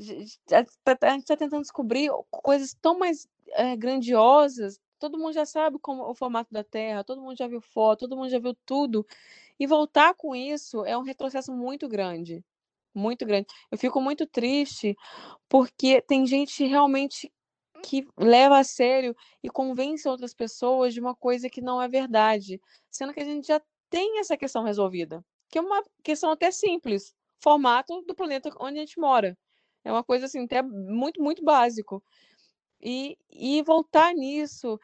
Speaker 4: A gente está tentando descobrir coisas tão mais grandiosas. Todo mundo já sabe como o formato da Terra, todo mundo já viu foto, todo mundo já viu tudo. E voltar com isso é um retrocesso muito grande, muito grande. Eu fico muito triste porque tem gente realmente que leva a sério e convence outras pessoas de uma coisa que não é verdade, sendo que a gente já tem essa questão resolvida, que é uma questão até simples, formato do planeta onde a gente mora. É uma coisa assim, até muito, muito básico. E voltar nisso,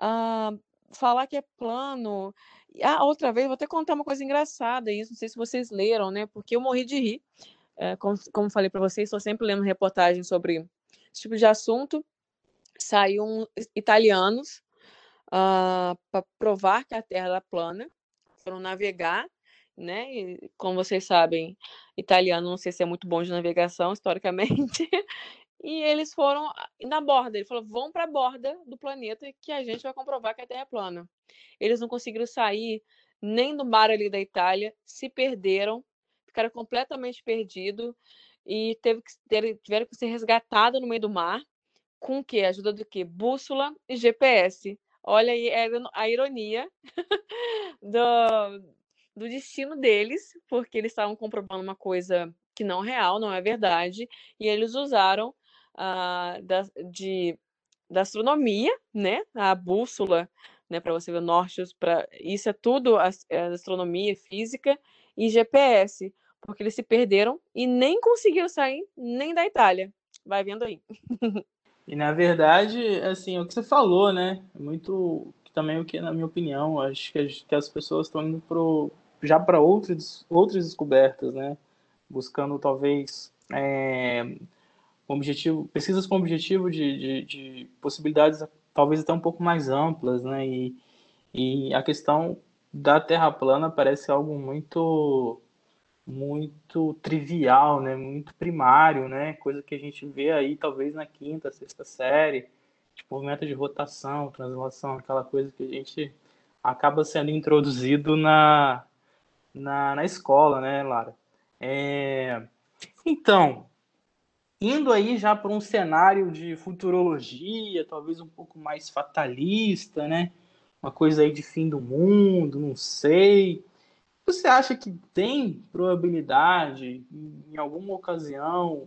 Speaker 4: falar que é plano. Outra vez, vou até contar uma coisa engraçada, isso, não sei se vocês leram, né? Porque eu morri de rir. Como falei para vocês, estou sempre lendo reportagens sobre esse tipo de assunto. Saiu italianos para provar que a Terra era plana, foram navegar, né? E, como vocês sabem, italiano não sei se é muito bom de navegação, historicamente. E eles foram na borda. Ele falou: vão para a borda do planeta que a gente vai comprovar que a Terra é plana. Eles não conseguiram sair nem do mar ali da Itália, se perderam, ficaram completamente perdidos e tiveram que ser resgatados no meio do mar. Com o quê? A ajuda do quê? Bússola e GPS. Olha aí a ironia do destino deles, porque eles estavam comprovando uma coisa que não é real, não é verdade, e eles usaram da astronomia, né? A bússola, né? Para você ver o norte, isso é tudo astronomia, física e GPS, porque eles se perderam e nem conseguiram sair nem da Itália. Vai vendo aí.
Speaker 2: E na verdade, assim, é o que você falou, né? Muito também o que, na minha opinião, acho que as pessoas estão indo já para outras descobertas, né? Buscando talvez pesquisas com objetivo de possibilidades talvez até um pouco mais amplas, né? E a questão da Terra plana parece algo muito trivial, né? Muito primário, né? Coisa que a gente vê aí talvez na quinta, sexta série, tipo movimento de rotação, translação, aquela coisa que a gente acaba sendo introduzido na escola, né, Lara? Então, indo aí já para um cenário de futurologia, talvez um pouco mais fatalista, né? Uma coisa aí de fim do mundo, não sei. Você acha que tem probabilidade, em alguma ocasião,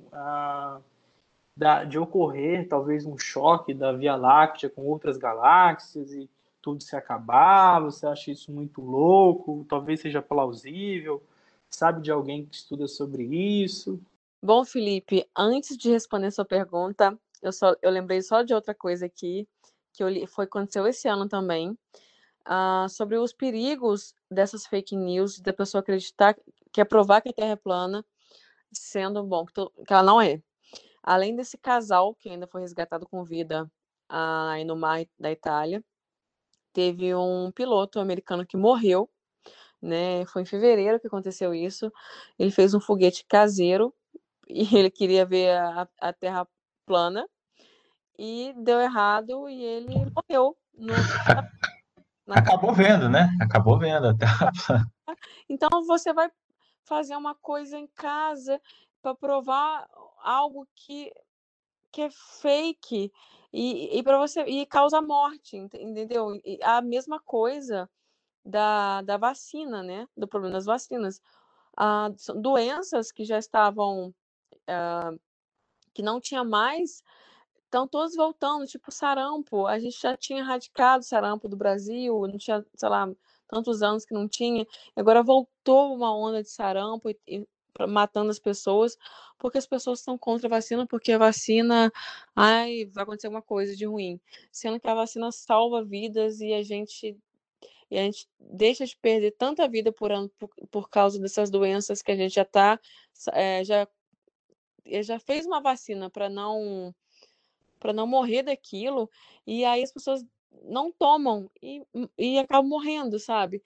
Speaker 2: de ocorrer talvez um choque da Via Láctea com outras galáxias e tudo se acabar? Você acha isso muito louco? Talvez seja plausível? Sabe de alguém que estuda sobre isso?
Speaker 4: Bom, Felipe, antes de responder sua pergunta, eu lembrei só de outra coisa aqui, que aconteceu esse ano também, sobre os perigos dessas fake news, da pessoa acreditar, quer provar que a Terra é plana, sendo bom, que ela não é. Além desse casal, que ainda foi resgatado com vida aí no mar da Itália, teve um piloto americano que morreu, né? Foi em fevereiro que aconteceu isso. Ele fez um foguete caseiro e ele queria ver a Terra plana e deu errado e ele morreu.
Speaker 3: Acabou vendo, né? Acabou vendo até.
Speaker 4: Então você vai fazer uma coisa em casa para provar algo que é fake e para você e causa morte, entendeu? E a mesma coisa da vacina, né? Do problema das vacinas. São doenças que já estavam que não tinha mais, estão todos voltando, tipo sarampo. A gente já tinha erradicado sarampo do Brasil, não tinha, sei lá, tantos anos que não tinha. Agora voltou uma onda de sarampo matando as pessoas, porque as pessoas estão contra a vacina, porque a vacina, ai, vai acontecer alguma coisa de ruim. Sendo que a vacina salva vidas e a gente deixa de perder tanta vida por ano por causa dessas doenças que a gente já fez uma vacina para não morrer daquilo, e aí as pessoas não tomam e acabam morrendo, sabe?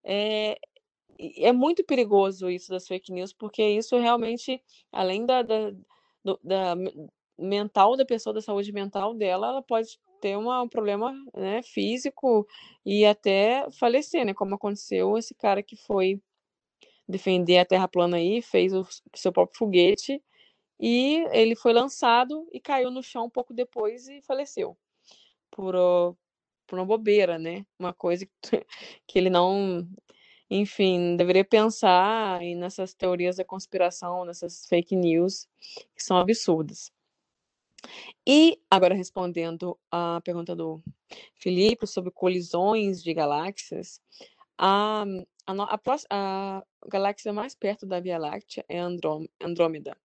Speaker 4: É muito perigoso isso das fake news, porque isso realmente, além da mental da pessoa, da saúde mental dela, ela pode ter um problema, né, físico e até falecer, né? Como aconteceu esse cara que foi defender a Terra plana aí, fez o seu próprio foguete e ele foi lançado e caiu no chão um pouco depois e faleceu por, por uma bobeira, né? Uma coisa que ele não, enfim, deveria pensar nessas teorias da conspiração, nessas fake news que são absurdas. E agora respondendo a pergunta do Felipe sobre colisões de galáxias, a galáxia mais perto da Via Láctea é Andrômeda.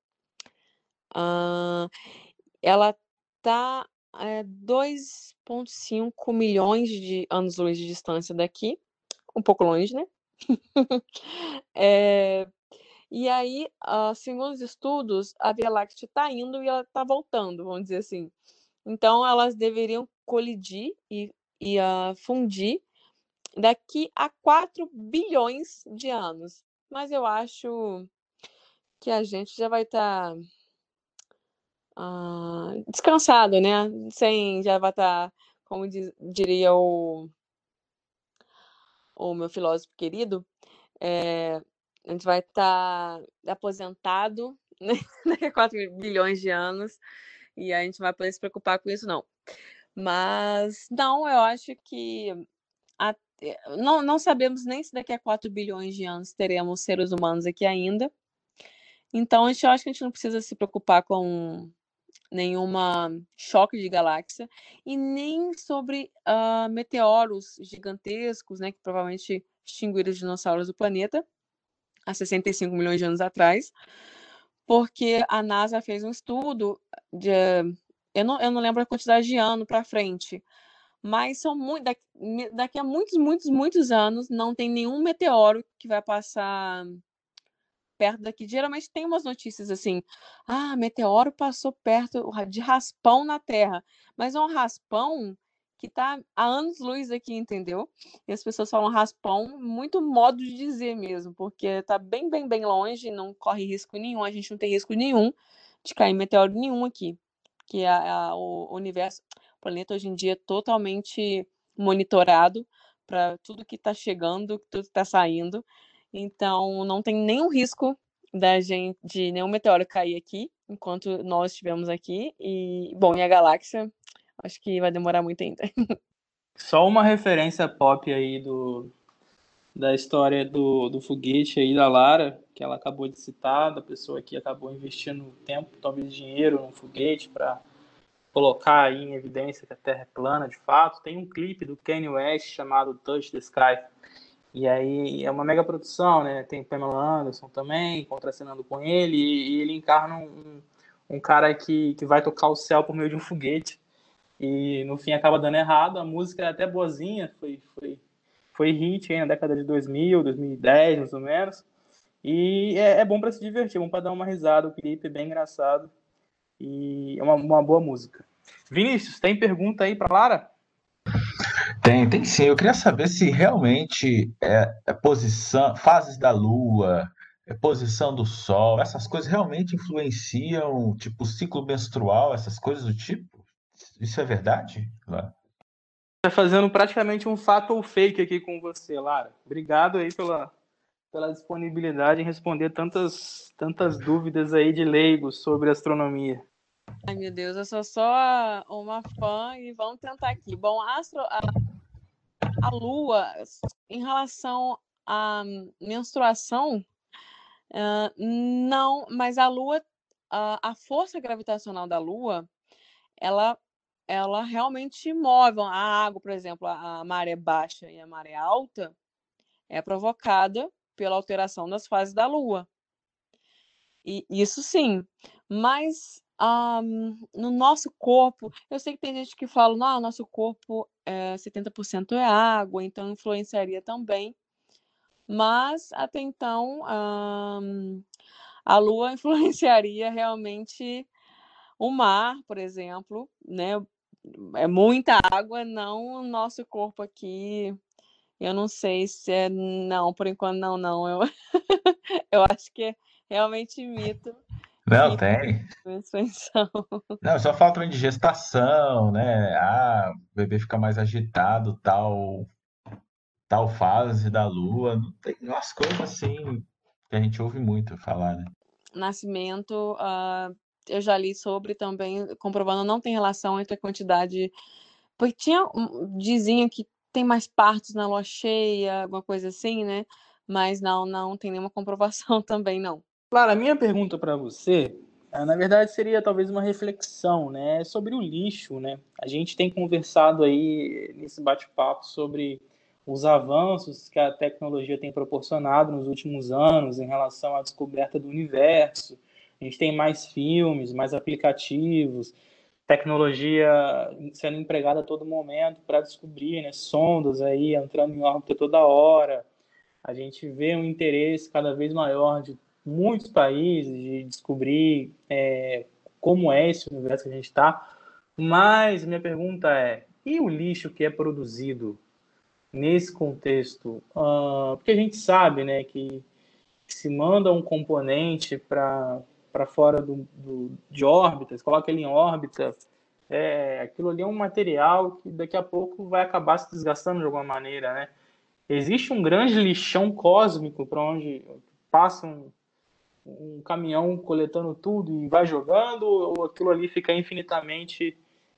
Speaker 4: Ela está a 2,5 milhões de anos-luz de distância daqui, um pouco longe, né? E aí, segundo os estudos, a Via Láctea está indo e ela está voltando, vamos dizer assim. Então, elas deveriam colidir e fundir daqui a 4 bilhões de anos. Mas eu acho que a gente já vai estar descansado, né? Já vai estar, como diria o meu filósofo querido, a gente vai estar aposentado, né? Daqui a 4 bilhões de anos, e a gente não vai poder se preocupar com isso, não. Mas, não, eu acho que não sabemos nem se daqui a 4 bilhões de anos teremos seres humanos aqui ainda. Então, eu acho que a gente não precisa se preocupar com nenhuma choque de galáxia e nem sobre meteoros gigantescos, né, que provavelmente extinguiram os dinossauros do planeta há 65 milhões de anos atrás, porque a NASA fez um estudo eu não lembro a quantidade de ano para frente, mas são daqui a muitos anos não tem nenhum meteoro que vai passar perto daqui. Geralmente tem umas notícias assim: meteoro passou perto de raspão na Terra, mas é um raspão que está há anos-luz aqui, entendeu? E as pessoas falam raspão, muito modo de dizer mesmo, porque está bem, bem, bem longe, não corre risco nenhum, a gente não tem risco nenhum de cair meteoro nenhum aqui, que o universo, o planeta hoje em dia é totalmente monitorado para tudo que está chegando, tudo que está saindo. Então, não tem nenhum risco de nenhum meteoro cair aqui, enquanto nós estivermos aqui. E a galáxia, acho que vai demorar muito ainda.
Speaker 2: Só uma referência pop aí da história do foguete aí da Lara, que ela acabou de citar, da pessoa que acabou investindo tempo, talvez dinheiro, num foguete para colocar aí em evidência que a Terra é plana, de fato. Tem um clipe do Kanye West chamado Touch the Sky. E aí é uma mega produção, né? Tem Pamela Anderson também contracenando com ele, e ele encarna um cara que vai tocar o céu por meio de um foguete. E no fim acaba dando errado. A música é até boazinha, foi hit aí na década de 2000, 2010, mais ou menos. E é bom para se divertir, é bom para dar uma risada. O clipe é bem engraçado e é uma boa música. Vinícius, tem pergunta aí para Lara?
Speaker 3: Tem sim. Eu queria saber se realmente é posição, fases da Lua, posição do Sol, essas coisas realmente influenciam, tipo, o ciclo menstrual, essas coisas do tipo? Isso é verdade?
Speaker 2: Tá fazendo praticamente um fato ou fake aqui com você, Lara. Obrigado aí pela disponibilidade em responder tantas dúvidas aí de leigos sobre astronomia.
Speaker 4: Ai, meu Deus, eu sou só uma fã e vamos tentar aqui. Bom, a Lua, em relação à menstruação, não, mas a Lua, a força gravitacional da Lua, ela realmente move a água, por exemplo, a maré baixa e a maré alta é provocada pela alteração das fases da Lua. E isso sim, mas no nosso corpo, eu sei que tem gente que fala, não, nosso corpo 70% é água, então influenciaria também. Mas até então a Lua influenciaria realmente o mar, por exemplo, né? É muita água, não o nosso corpo aqui. Eu não sei se é. Não, por enquanto não. Eu acho que é realmente mito
Speaker 3: Não,
Speaker 4: que
Speaker 3: tem.
Speaker 4: menstruação.
Speaker 3: Não, só fala também de gestação, né? O bebê fica mais agitado, tal fase da lua. Não tem umas coisas assim que a gente ouve muito falar, né?
Speaker 4: Nascimento, eu já li sobre também, comprovando não tem relação entre a quantidade. Porque diziam que tem mais partos na lua cheia, alguma coisa assim, né? Mas não tem nenhuma comprovação também, não.
Speaker 2: Clara, a minha pergunta para você, na verdade, seria talvez uma reflexão, né, sobre o lixo, né? A gente tem conversado aí nesse bate-papo sobre os avanços que a tecnologia tem proporcionado nos últimos anos em relação à descoberta do universo. A gente tem mais filmes, mais aplicativos, tecnologia sendo empregada a todo momento para descobrir, né, sondas aí entrando em órbita toda hora. A gente vê um interesse cada vez maior de muitos países de descobrir como é esse universo que a gente está. Mas minha pergunta é: e o lixo que é produzido nesse contexto? Porque a gente sabe, né, que se manda um componente para fora de órbitas, coloca ele em órbita, aquilo ali é um material que daqui a pouco vai acabar se desgastando de alguma maneira, né? Existe um grande lixão cósmico para onde passa um caminhão coletando tudo e vai jogando, ou aquilo ali fica infinitamente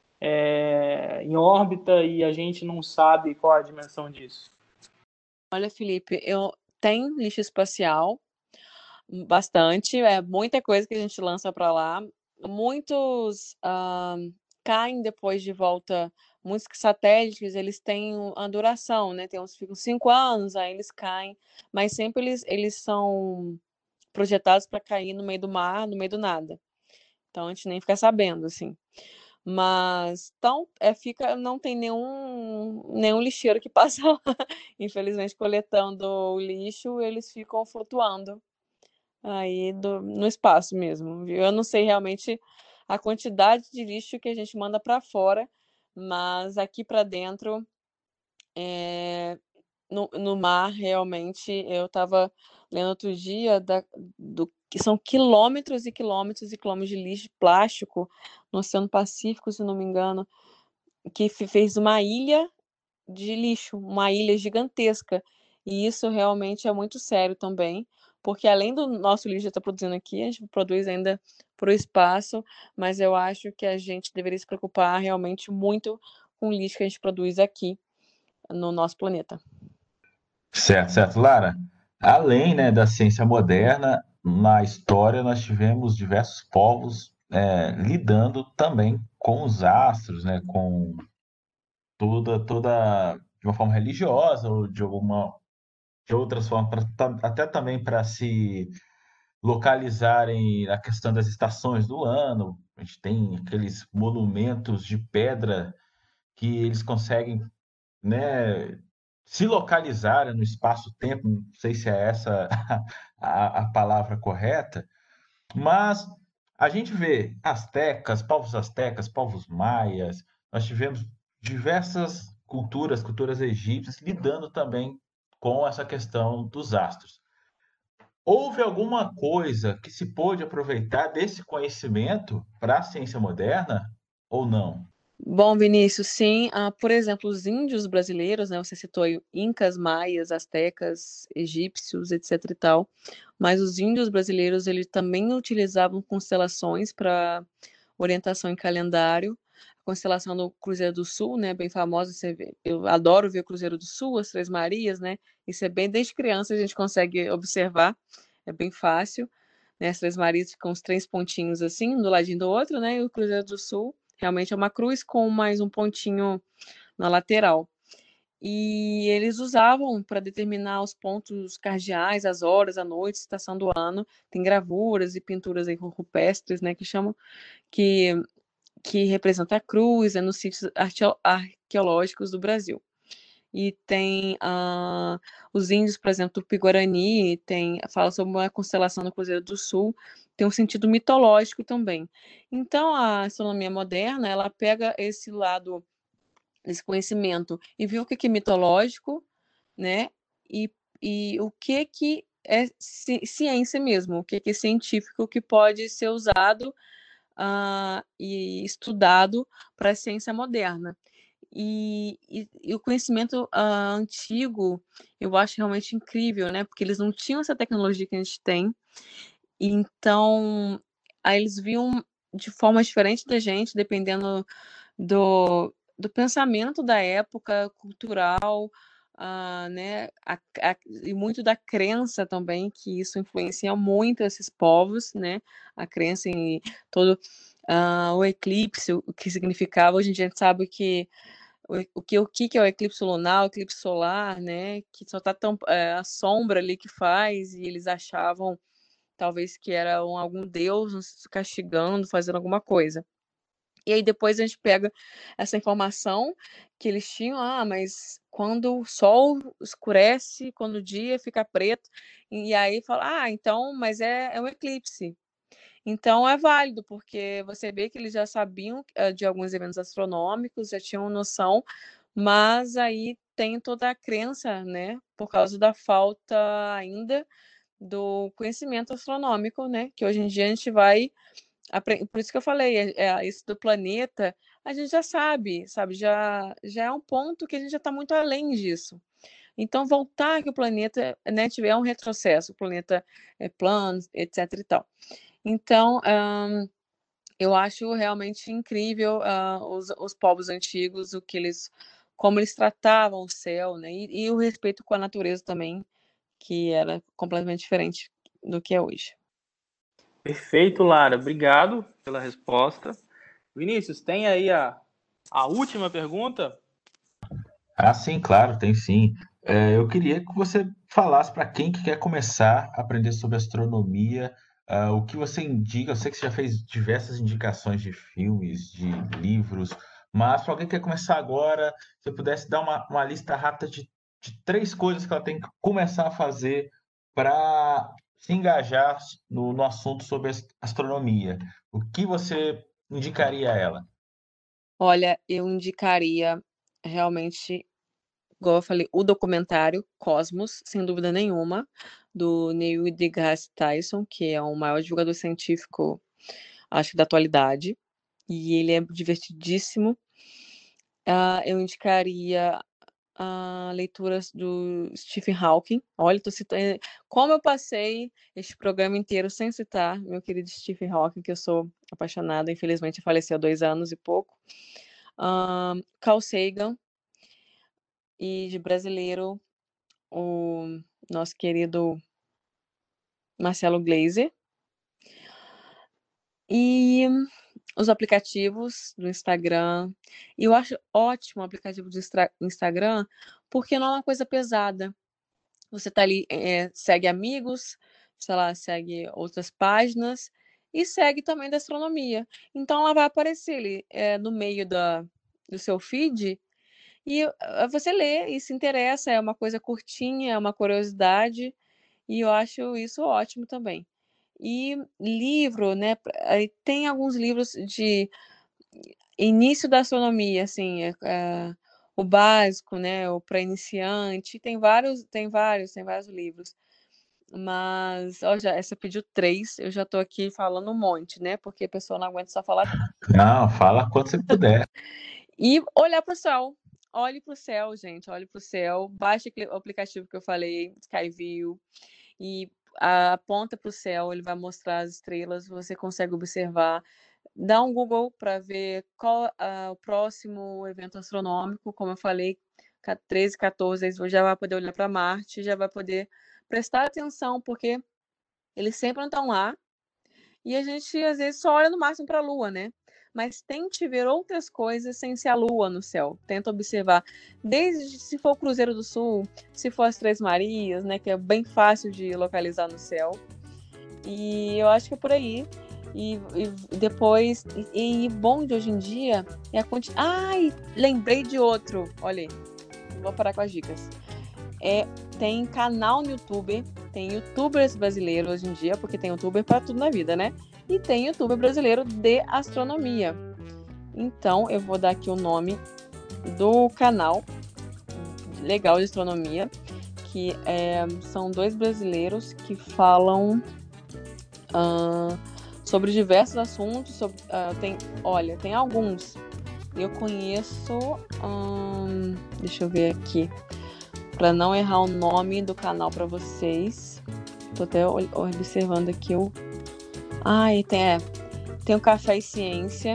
Speaker 2: em órbita e a gente não sabe qual a dimensão disso?
Speaker 4: Olha, Felipe, eu tenho lixo espacial, bastante, muita coisa que a gente lança para lá. Muitos caem depois de volta. Muitos satélites, eles têm a duração, né? Tem uns que ficam 5 anos, aí eles caem, mas sempre eles são projetados para cair no meio do mar, no meio do nada. Então a gente nem fica sabendo, assim. Mas então, fica, não tem nenhum lixeiro que passa lá. Infelizmente, coletando o lixo, eles ficam flutuando aí no espaço mesmo, viu? Eu não sei realmente a quantidade de lixo que a gente manda para fora, mas aqui para dentro, no mar, realmente, eu estava lendo outro dia que são quilômetros e quilômetros e quilômetros de lixo de plástico no Oceano Pacífico, se não me engano, que fez uma ilha de lixo, uma ilha gigantesca. E isso realmente é muito sério também, porque além do nosso lixo estar produzindo aqui, a gente produz ainda para o espaço, mas eu acho que a gente deveria se preocupar realmente muito com o lixo que a gente produz aqui no nosso planeta.
Speaker 3: Certo, certo. Lara, além, né, da ciência moderna, na história nós tivemos diversos povos lidando também com os astros, né, com toda de uma forma religiosa ou de outras formas, até também para se localizarem a questão das estações do ano. A gente tem aqueles monumentos de pedra que eles conseguem, né, se localizar no espaço-tempo, não sei se é essa a palavra correta, mas a gente vê astecas, povos maias, nós tivemos diversas culturas egípcias, lidando também com essa questão dos astros. Houve alguma coisa que se pôde aproveitar desse conhecimento para a ciência moderna ou não?
Speaker 4: Bom, Vinícius, sim. Por exemplo, os índios brasileiros, né? Você citou aí incas, maias, astecas, egípcios, etc e tal. Mas os índios brasileiros, eles também utilizavam constelações para orientação em calendário. A constelação do Cruzeiro do Sul, né? Bem famosa. Você vê. Eu adoro ver o Cruzeiro do Sul, as Três Marias, né? Isso é bem desde criança a gente consegue observar. É bem fácil, né? As Três Marias ficam os três pontinhos assim, um do ladinho do outro, né? E o Cruzeiro do Sul realmente é uma cruz com mais um pontinho na lateral. E eles usavam para determinar os pontos cardeais, as horas, a noite, estação do ano. Tem gravuras e pinturas aí rupestres, né, que chamam, que representa a cruz, nos sítios arqueológicos do Brasil. E tem os índios, por exemplo, do Tupi-Guarani, fala sobre uma constelação do Cruzeiro do Sul, tem um sentido mitológico também. Então, a astronomia moderna, ela pega esse lado, esse conhecimento, e vê o que é mitológico, né, e o que é ciência mesmo, o que é científico que pode ser usado e estudado para a ciência moderna. E o conhecimento antigo, eu acho realmente incrível, né? Porque eles não tinham essa tecnologia que a gente tem. Então, aí eles viam de forma diferente da gente, dependendo do pensamento da época, cultural, né? E muito da crença também, que isso influencia muito esses povos, né? A crença em todo o eclipse, o que significava. Hoje em dia a gente sabe que o que é o eclipse lunar, o eclipse solar, né? Que só tá a sombra ali que faz, e eles achavam talvez que era algum deus nos castigando, fazendo alguma coisa. E aí depois a gente pega essa informação que eles tinham, mas quando o sol escurece, quando o dia fica preto, e aí fala, então, mas é um eclipse. Então é válido, porque você vê que eles já sabiam de alguns eventos astronômicos, já tinham noção, mas aí tem toda a crença, né, por causa da falta ainda do conhecimento astronômico, né, que hoje em dia a gente vai por isso que eu falei, isso do planeta, a gente já sabe, já é um ponto que a gente já está muito além disso. Então, voltar que o planeta, né, tiver um retrocesso, o planeta é plano, etc e tal. Então, eu acho realmente incrível os povos antigos, como eles tratavam o céu, né, e o respeito com a natureza também, que era completamente diferente do que é hoje.
Speaker 2: Perfeito, Lara. Obrigado pela resposta. Vinícius, tem aí a última pergunta?
Speaker 3: Sim, claro, tem sim. Eu queria que você falasse para quem que quer começar a aprender sobre astronomia, O que você indica? Eu sei que você já fez diversas indicações de filmes, de livros, mas para alguém que quer começar agora, se eu pudesse dar uma lista rápida de 3 coisas que ela tem que começar a fazer para se engajar no assunto sobre astronomia, o que você indicaria a ela?
Speaker 4: Olha, eu indicaria realmente, igual eu falei, o documentário Cosmos, sem dúvida nenhuma, do Neil deGrasse Tyson, que é o maior divulgador científico, acho que da atualidade, e ele é divertidíssimo. Eu indicaria leituras do Stephen Hawking. Olha, tô citando, como eu passei este programa inteiro sem citar meu querido Stephen Hawking, que eu sou apaixonada, infelizmente faleceu há 2 anos e pouco. Carl Sagan, e de brasileiro, o nosso querido Marcelo Gleiser. E os aplicativos do Instagram. E eu acho ótimo o aplicativo do Instagram, porque não é uma coisa pesada. Você tá ali, segue amigos, sei lá, segue outras páginas e segue também da astronomia. Então ela vai aparecer ali, no meio do seu feed e você lê e se interessa, é uma coisa curtinha, é uma curiosidade, e eu acho isso ótimo também. E livro, né, tem alguns livros de início da astronomia, assim, o básico, né, o para iniciante, tem vários livros. Mas, ó, já você pediu 3, eu já tô aqui falando um monte, né, porque a pessoa não aguenta só falar.
Speaker 3: Não, fala quando você puder.
Speaker 4: E olhar para o céu. Olhe para o céu, gente, olhe para o céu. Baixe o aplicativo que eu falei, Skyview, e aponta para o céu, ele vai mostrar as estrelas, você consegue observar. Dá um Google para ver qual o próximo evento astronômico, como eu falei, 13, 14, aí você já vai poder olhar para Marte, já vai poder prestar atenção, porque eles sempre não estão lá, e a gente às vezes só olha no máximo para a Lua, né? Mas tente ver outras coisas sem ser a Lua no céu. Tenta observar, desde se for o Cruzeiro do Sul, se for as Três Marias, né? Que é bem fácil de localizar no céu. E eu acho que é por aí. E depois, e bom de hoje em dia é a quantidade. Ai, lembrei de outro. Olha aí, vou parar com as dicas. Tem canal no YouTube, tem youtubers brasileiros hoje em dia, porque tem youtuber para tudo na vida, né? E tem youtuber brasileiro de astronomia. Então, eu vou dar aqui o nome do canal legal de astronomia, que são 2 brasileiros que falam sobre diversos assuntos. Tem alguns. Eu conheço. Deixa eu ver aqui. Para não errar o nome do canal para vocês. Tô até observando aqui o. Tem o Café e Ciência,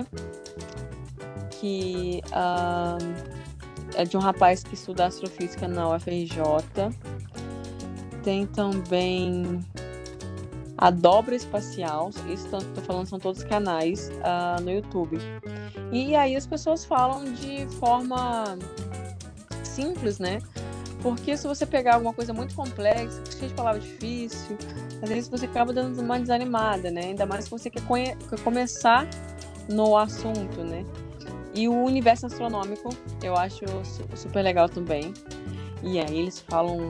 Speaker 4: que é de um rapaz que estuda astrofísica na UFRJ. Tem também a Dobra Espacial, isso que eu tô falando são todos canais no YouTube. E aí as pessoas falam de forma simples, né? Porque se você pegar alguma coisa muito complexa, cheia de palavra difícil, às vezes você acaba dando uma desanimada, né? Ainda mais se você quer começar no assunto, né? E o universo astronômico, eu acho super legal também. E aí eles falam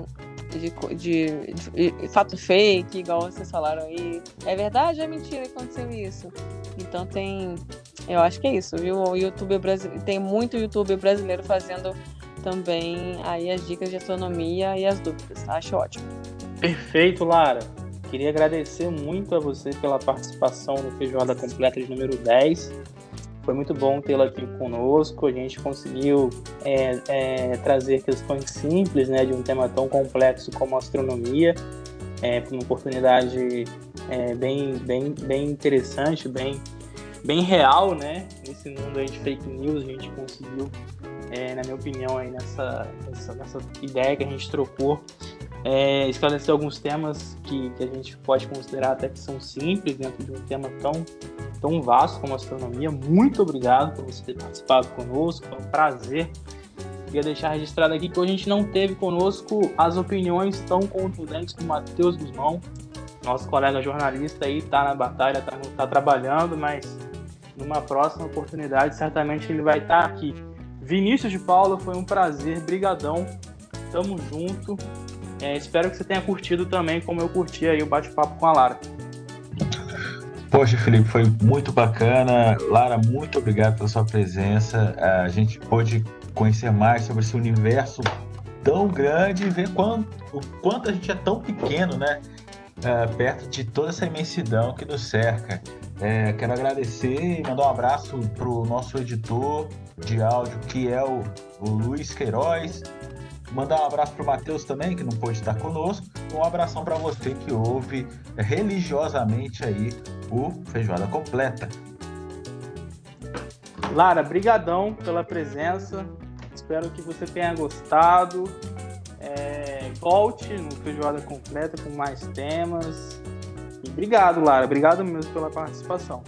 Speaker 4: de fato fake, igual vocês falaram aí. É verdade ou é mentira que aconteceu isso? Então eu acho que é isso, viu? O YouTube brasileiro, tem muito youtuber brasileiro fazendo também aí as dicas de astronomia e as dúvidas. Acho ótimo.
Speaker 2: Perfeito, Lara. Queria agradecer muito a você pela participação no Feijoada Completa de número 10. Foi muito bom tê-la aqui conosco. A gente conseguiu trazer questões simples, né, de um tema tão complexo como a astronomia, uma oportunidade bem interessante, bem real, né? Nesse mundo aí de fake news, a gente conseguiu, na minha opinião, aí nessa ideia que a gente trocou, esclarecer alguns temas que a gente pode considerar até que são simples dentro de um tema tão vasto como a astronomia. Muito obrigado por você ter participado conosco, foi um prazer. Queria deixar registrado aqui que hoje a gente não teve conosco as opiniões tão contundentes do Matheus Guzmão. Nosso colega jornalista aí tá na batalha, tá trabalhando, mas numa próxima oportunidade certamente ele vai estar aqui. Vinícius de Paula, foi um prazer, brigadão, tamo junto. Espero que você tenha curtido também, como eu curti aí o bate-papo com a Lara.
Speaker 3: Poxa, Felipe, foi muito bacana. Lara, muito obrigado pela sua presença. A gente pôde conhecer mais sobre esse universo tão grande e ver o quanto a gente é tão pequeno, né? Perto de toda essa imensidão que nos cerca. Quero agradecer e mandar um abraço para o nosso editor de áudio, que é o Luiz Queiroz. Mandar um abraço para o Matheus também, que não pôde estar conosco. Um abração para você que ouve religiosamente aí o Feijoada Completa.
Speaker 2: Lara, brigadão pela presença. Espero que você tenha gostado. Volte no Feijoada Completa com mais temas. E obrigado, Lara. Obrigado mesmo pela participação.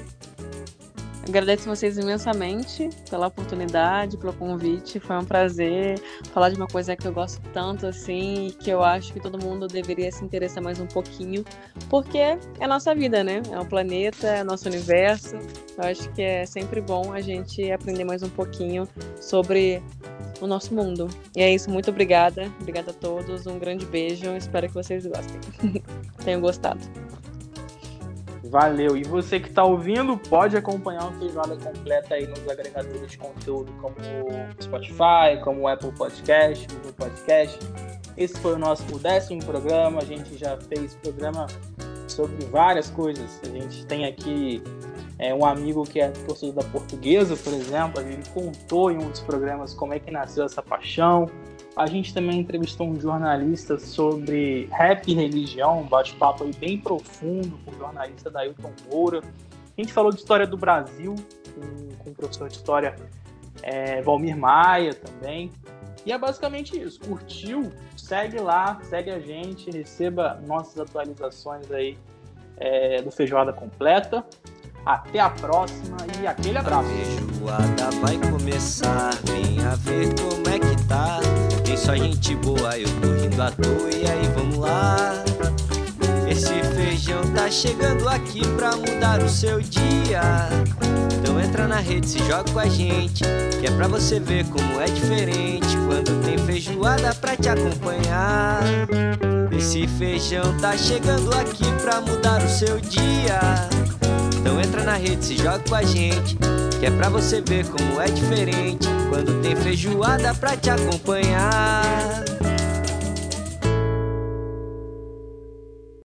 Speaker 4: Agradeço vocês imensamente pela oportunidade, pelo convite. Foi um prazer falar de uma coisa que eu gosto tanto, assim, e que eu acho que todo mundo deveria se interessar mais um pouquinho, porque é a nossa vida, né? É o planeta, é o nosso universo. Eu acho que é sempre bom a gente aprender mais um pouquinho sobre o nosso mundo. E é isso, muito obrigada. Obrigada a todos, um grande beijo. Espero que vocês gostem. Tenham gostado.
Speaker 2: Valeu! E você que está ouvindo, pode acompanhar o Feijoada Completa aí nos agregadores de conteúdo como Spotify, como Apple Podcast, Google Podcast. Esse foi o nosso 10º programa. A gente já fez programa sobre várias coisas. A gente tem aqui um amigo que é torcedor da Portuguesa, por exemplo. Ele contou em um dos programas como é que nasceu essa paixão. A gente também entrevistou um jornalista sobre rap e religião, um bate-papo aí bem profundo com o jornalista Dailton Moura. A gente falou de história do Brasil com o professor de história Valmir Maia também. E é basicamente isso. Curtiu? Segue lá, segue a gente, receba nossas atualizações aí do Feijoada Completa. Até a próxima e aquele abraço.
Speaker 1: A feijoada vai começar, venha ver como é que tá. Tem só gente boa, eu tô rindo à toa e aí vamos lá. Esse feijão tá chegando aqui pra mudar o seu dia. Então entra na rede, se joga com a gente, que é pra você ver como é diferente quando tem feijoada pra te acompanhar. Esse feijão tá chegando aqui pra mudar o seu dia. Então entra na rede, se joga com a gente, que é pra você ver como é diferente quando tem feijoada pra te acompanhar.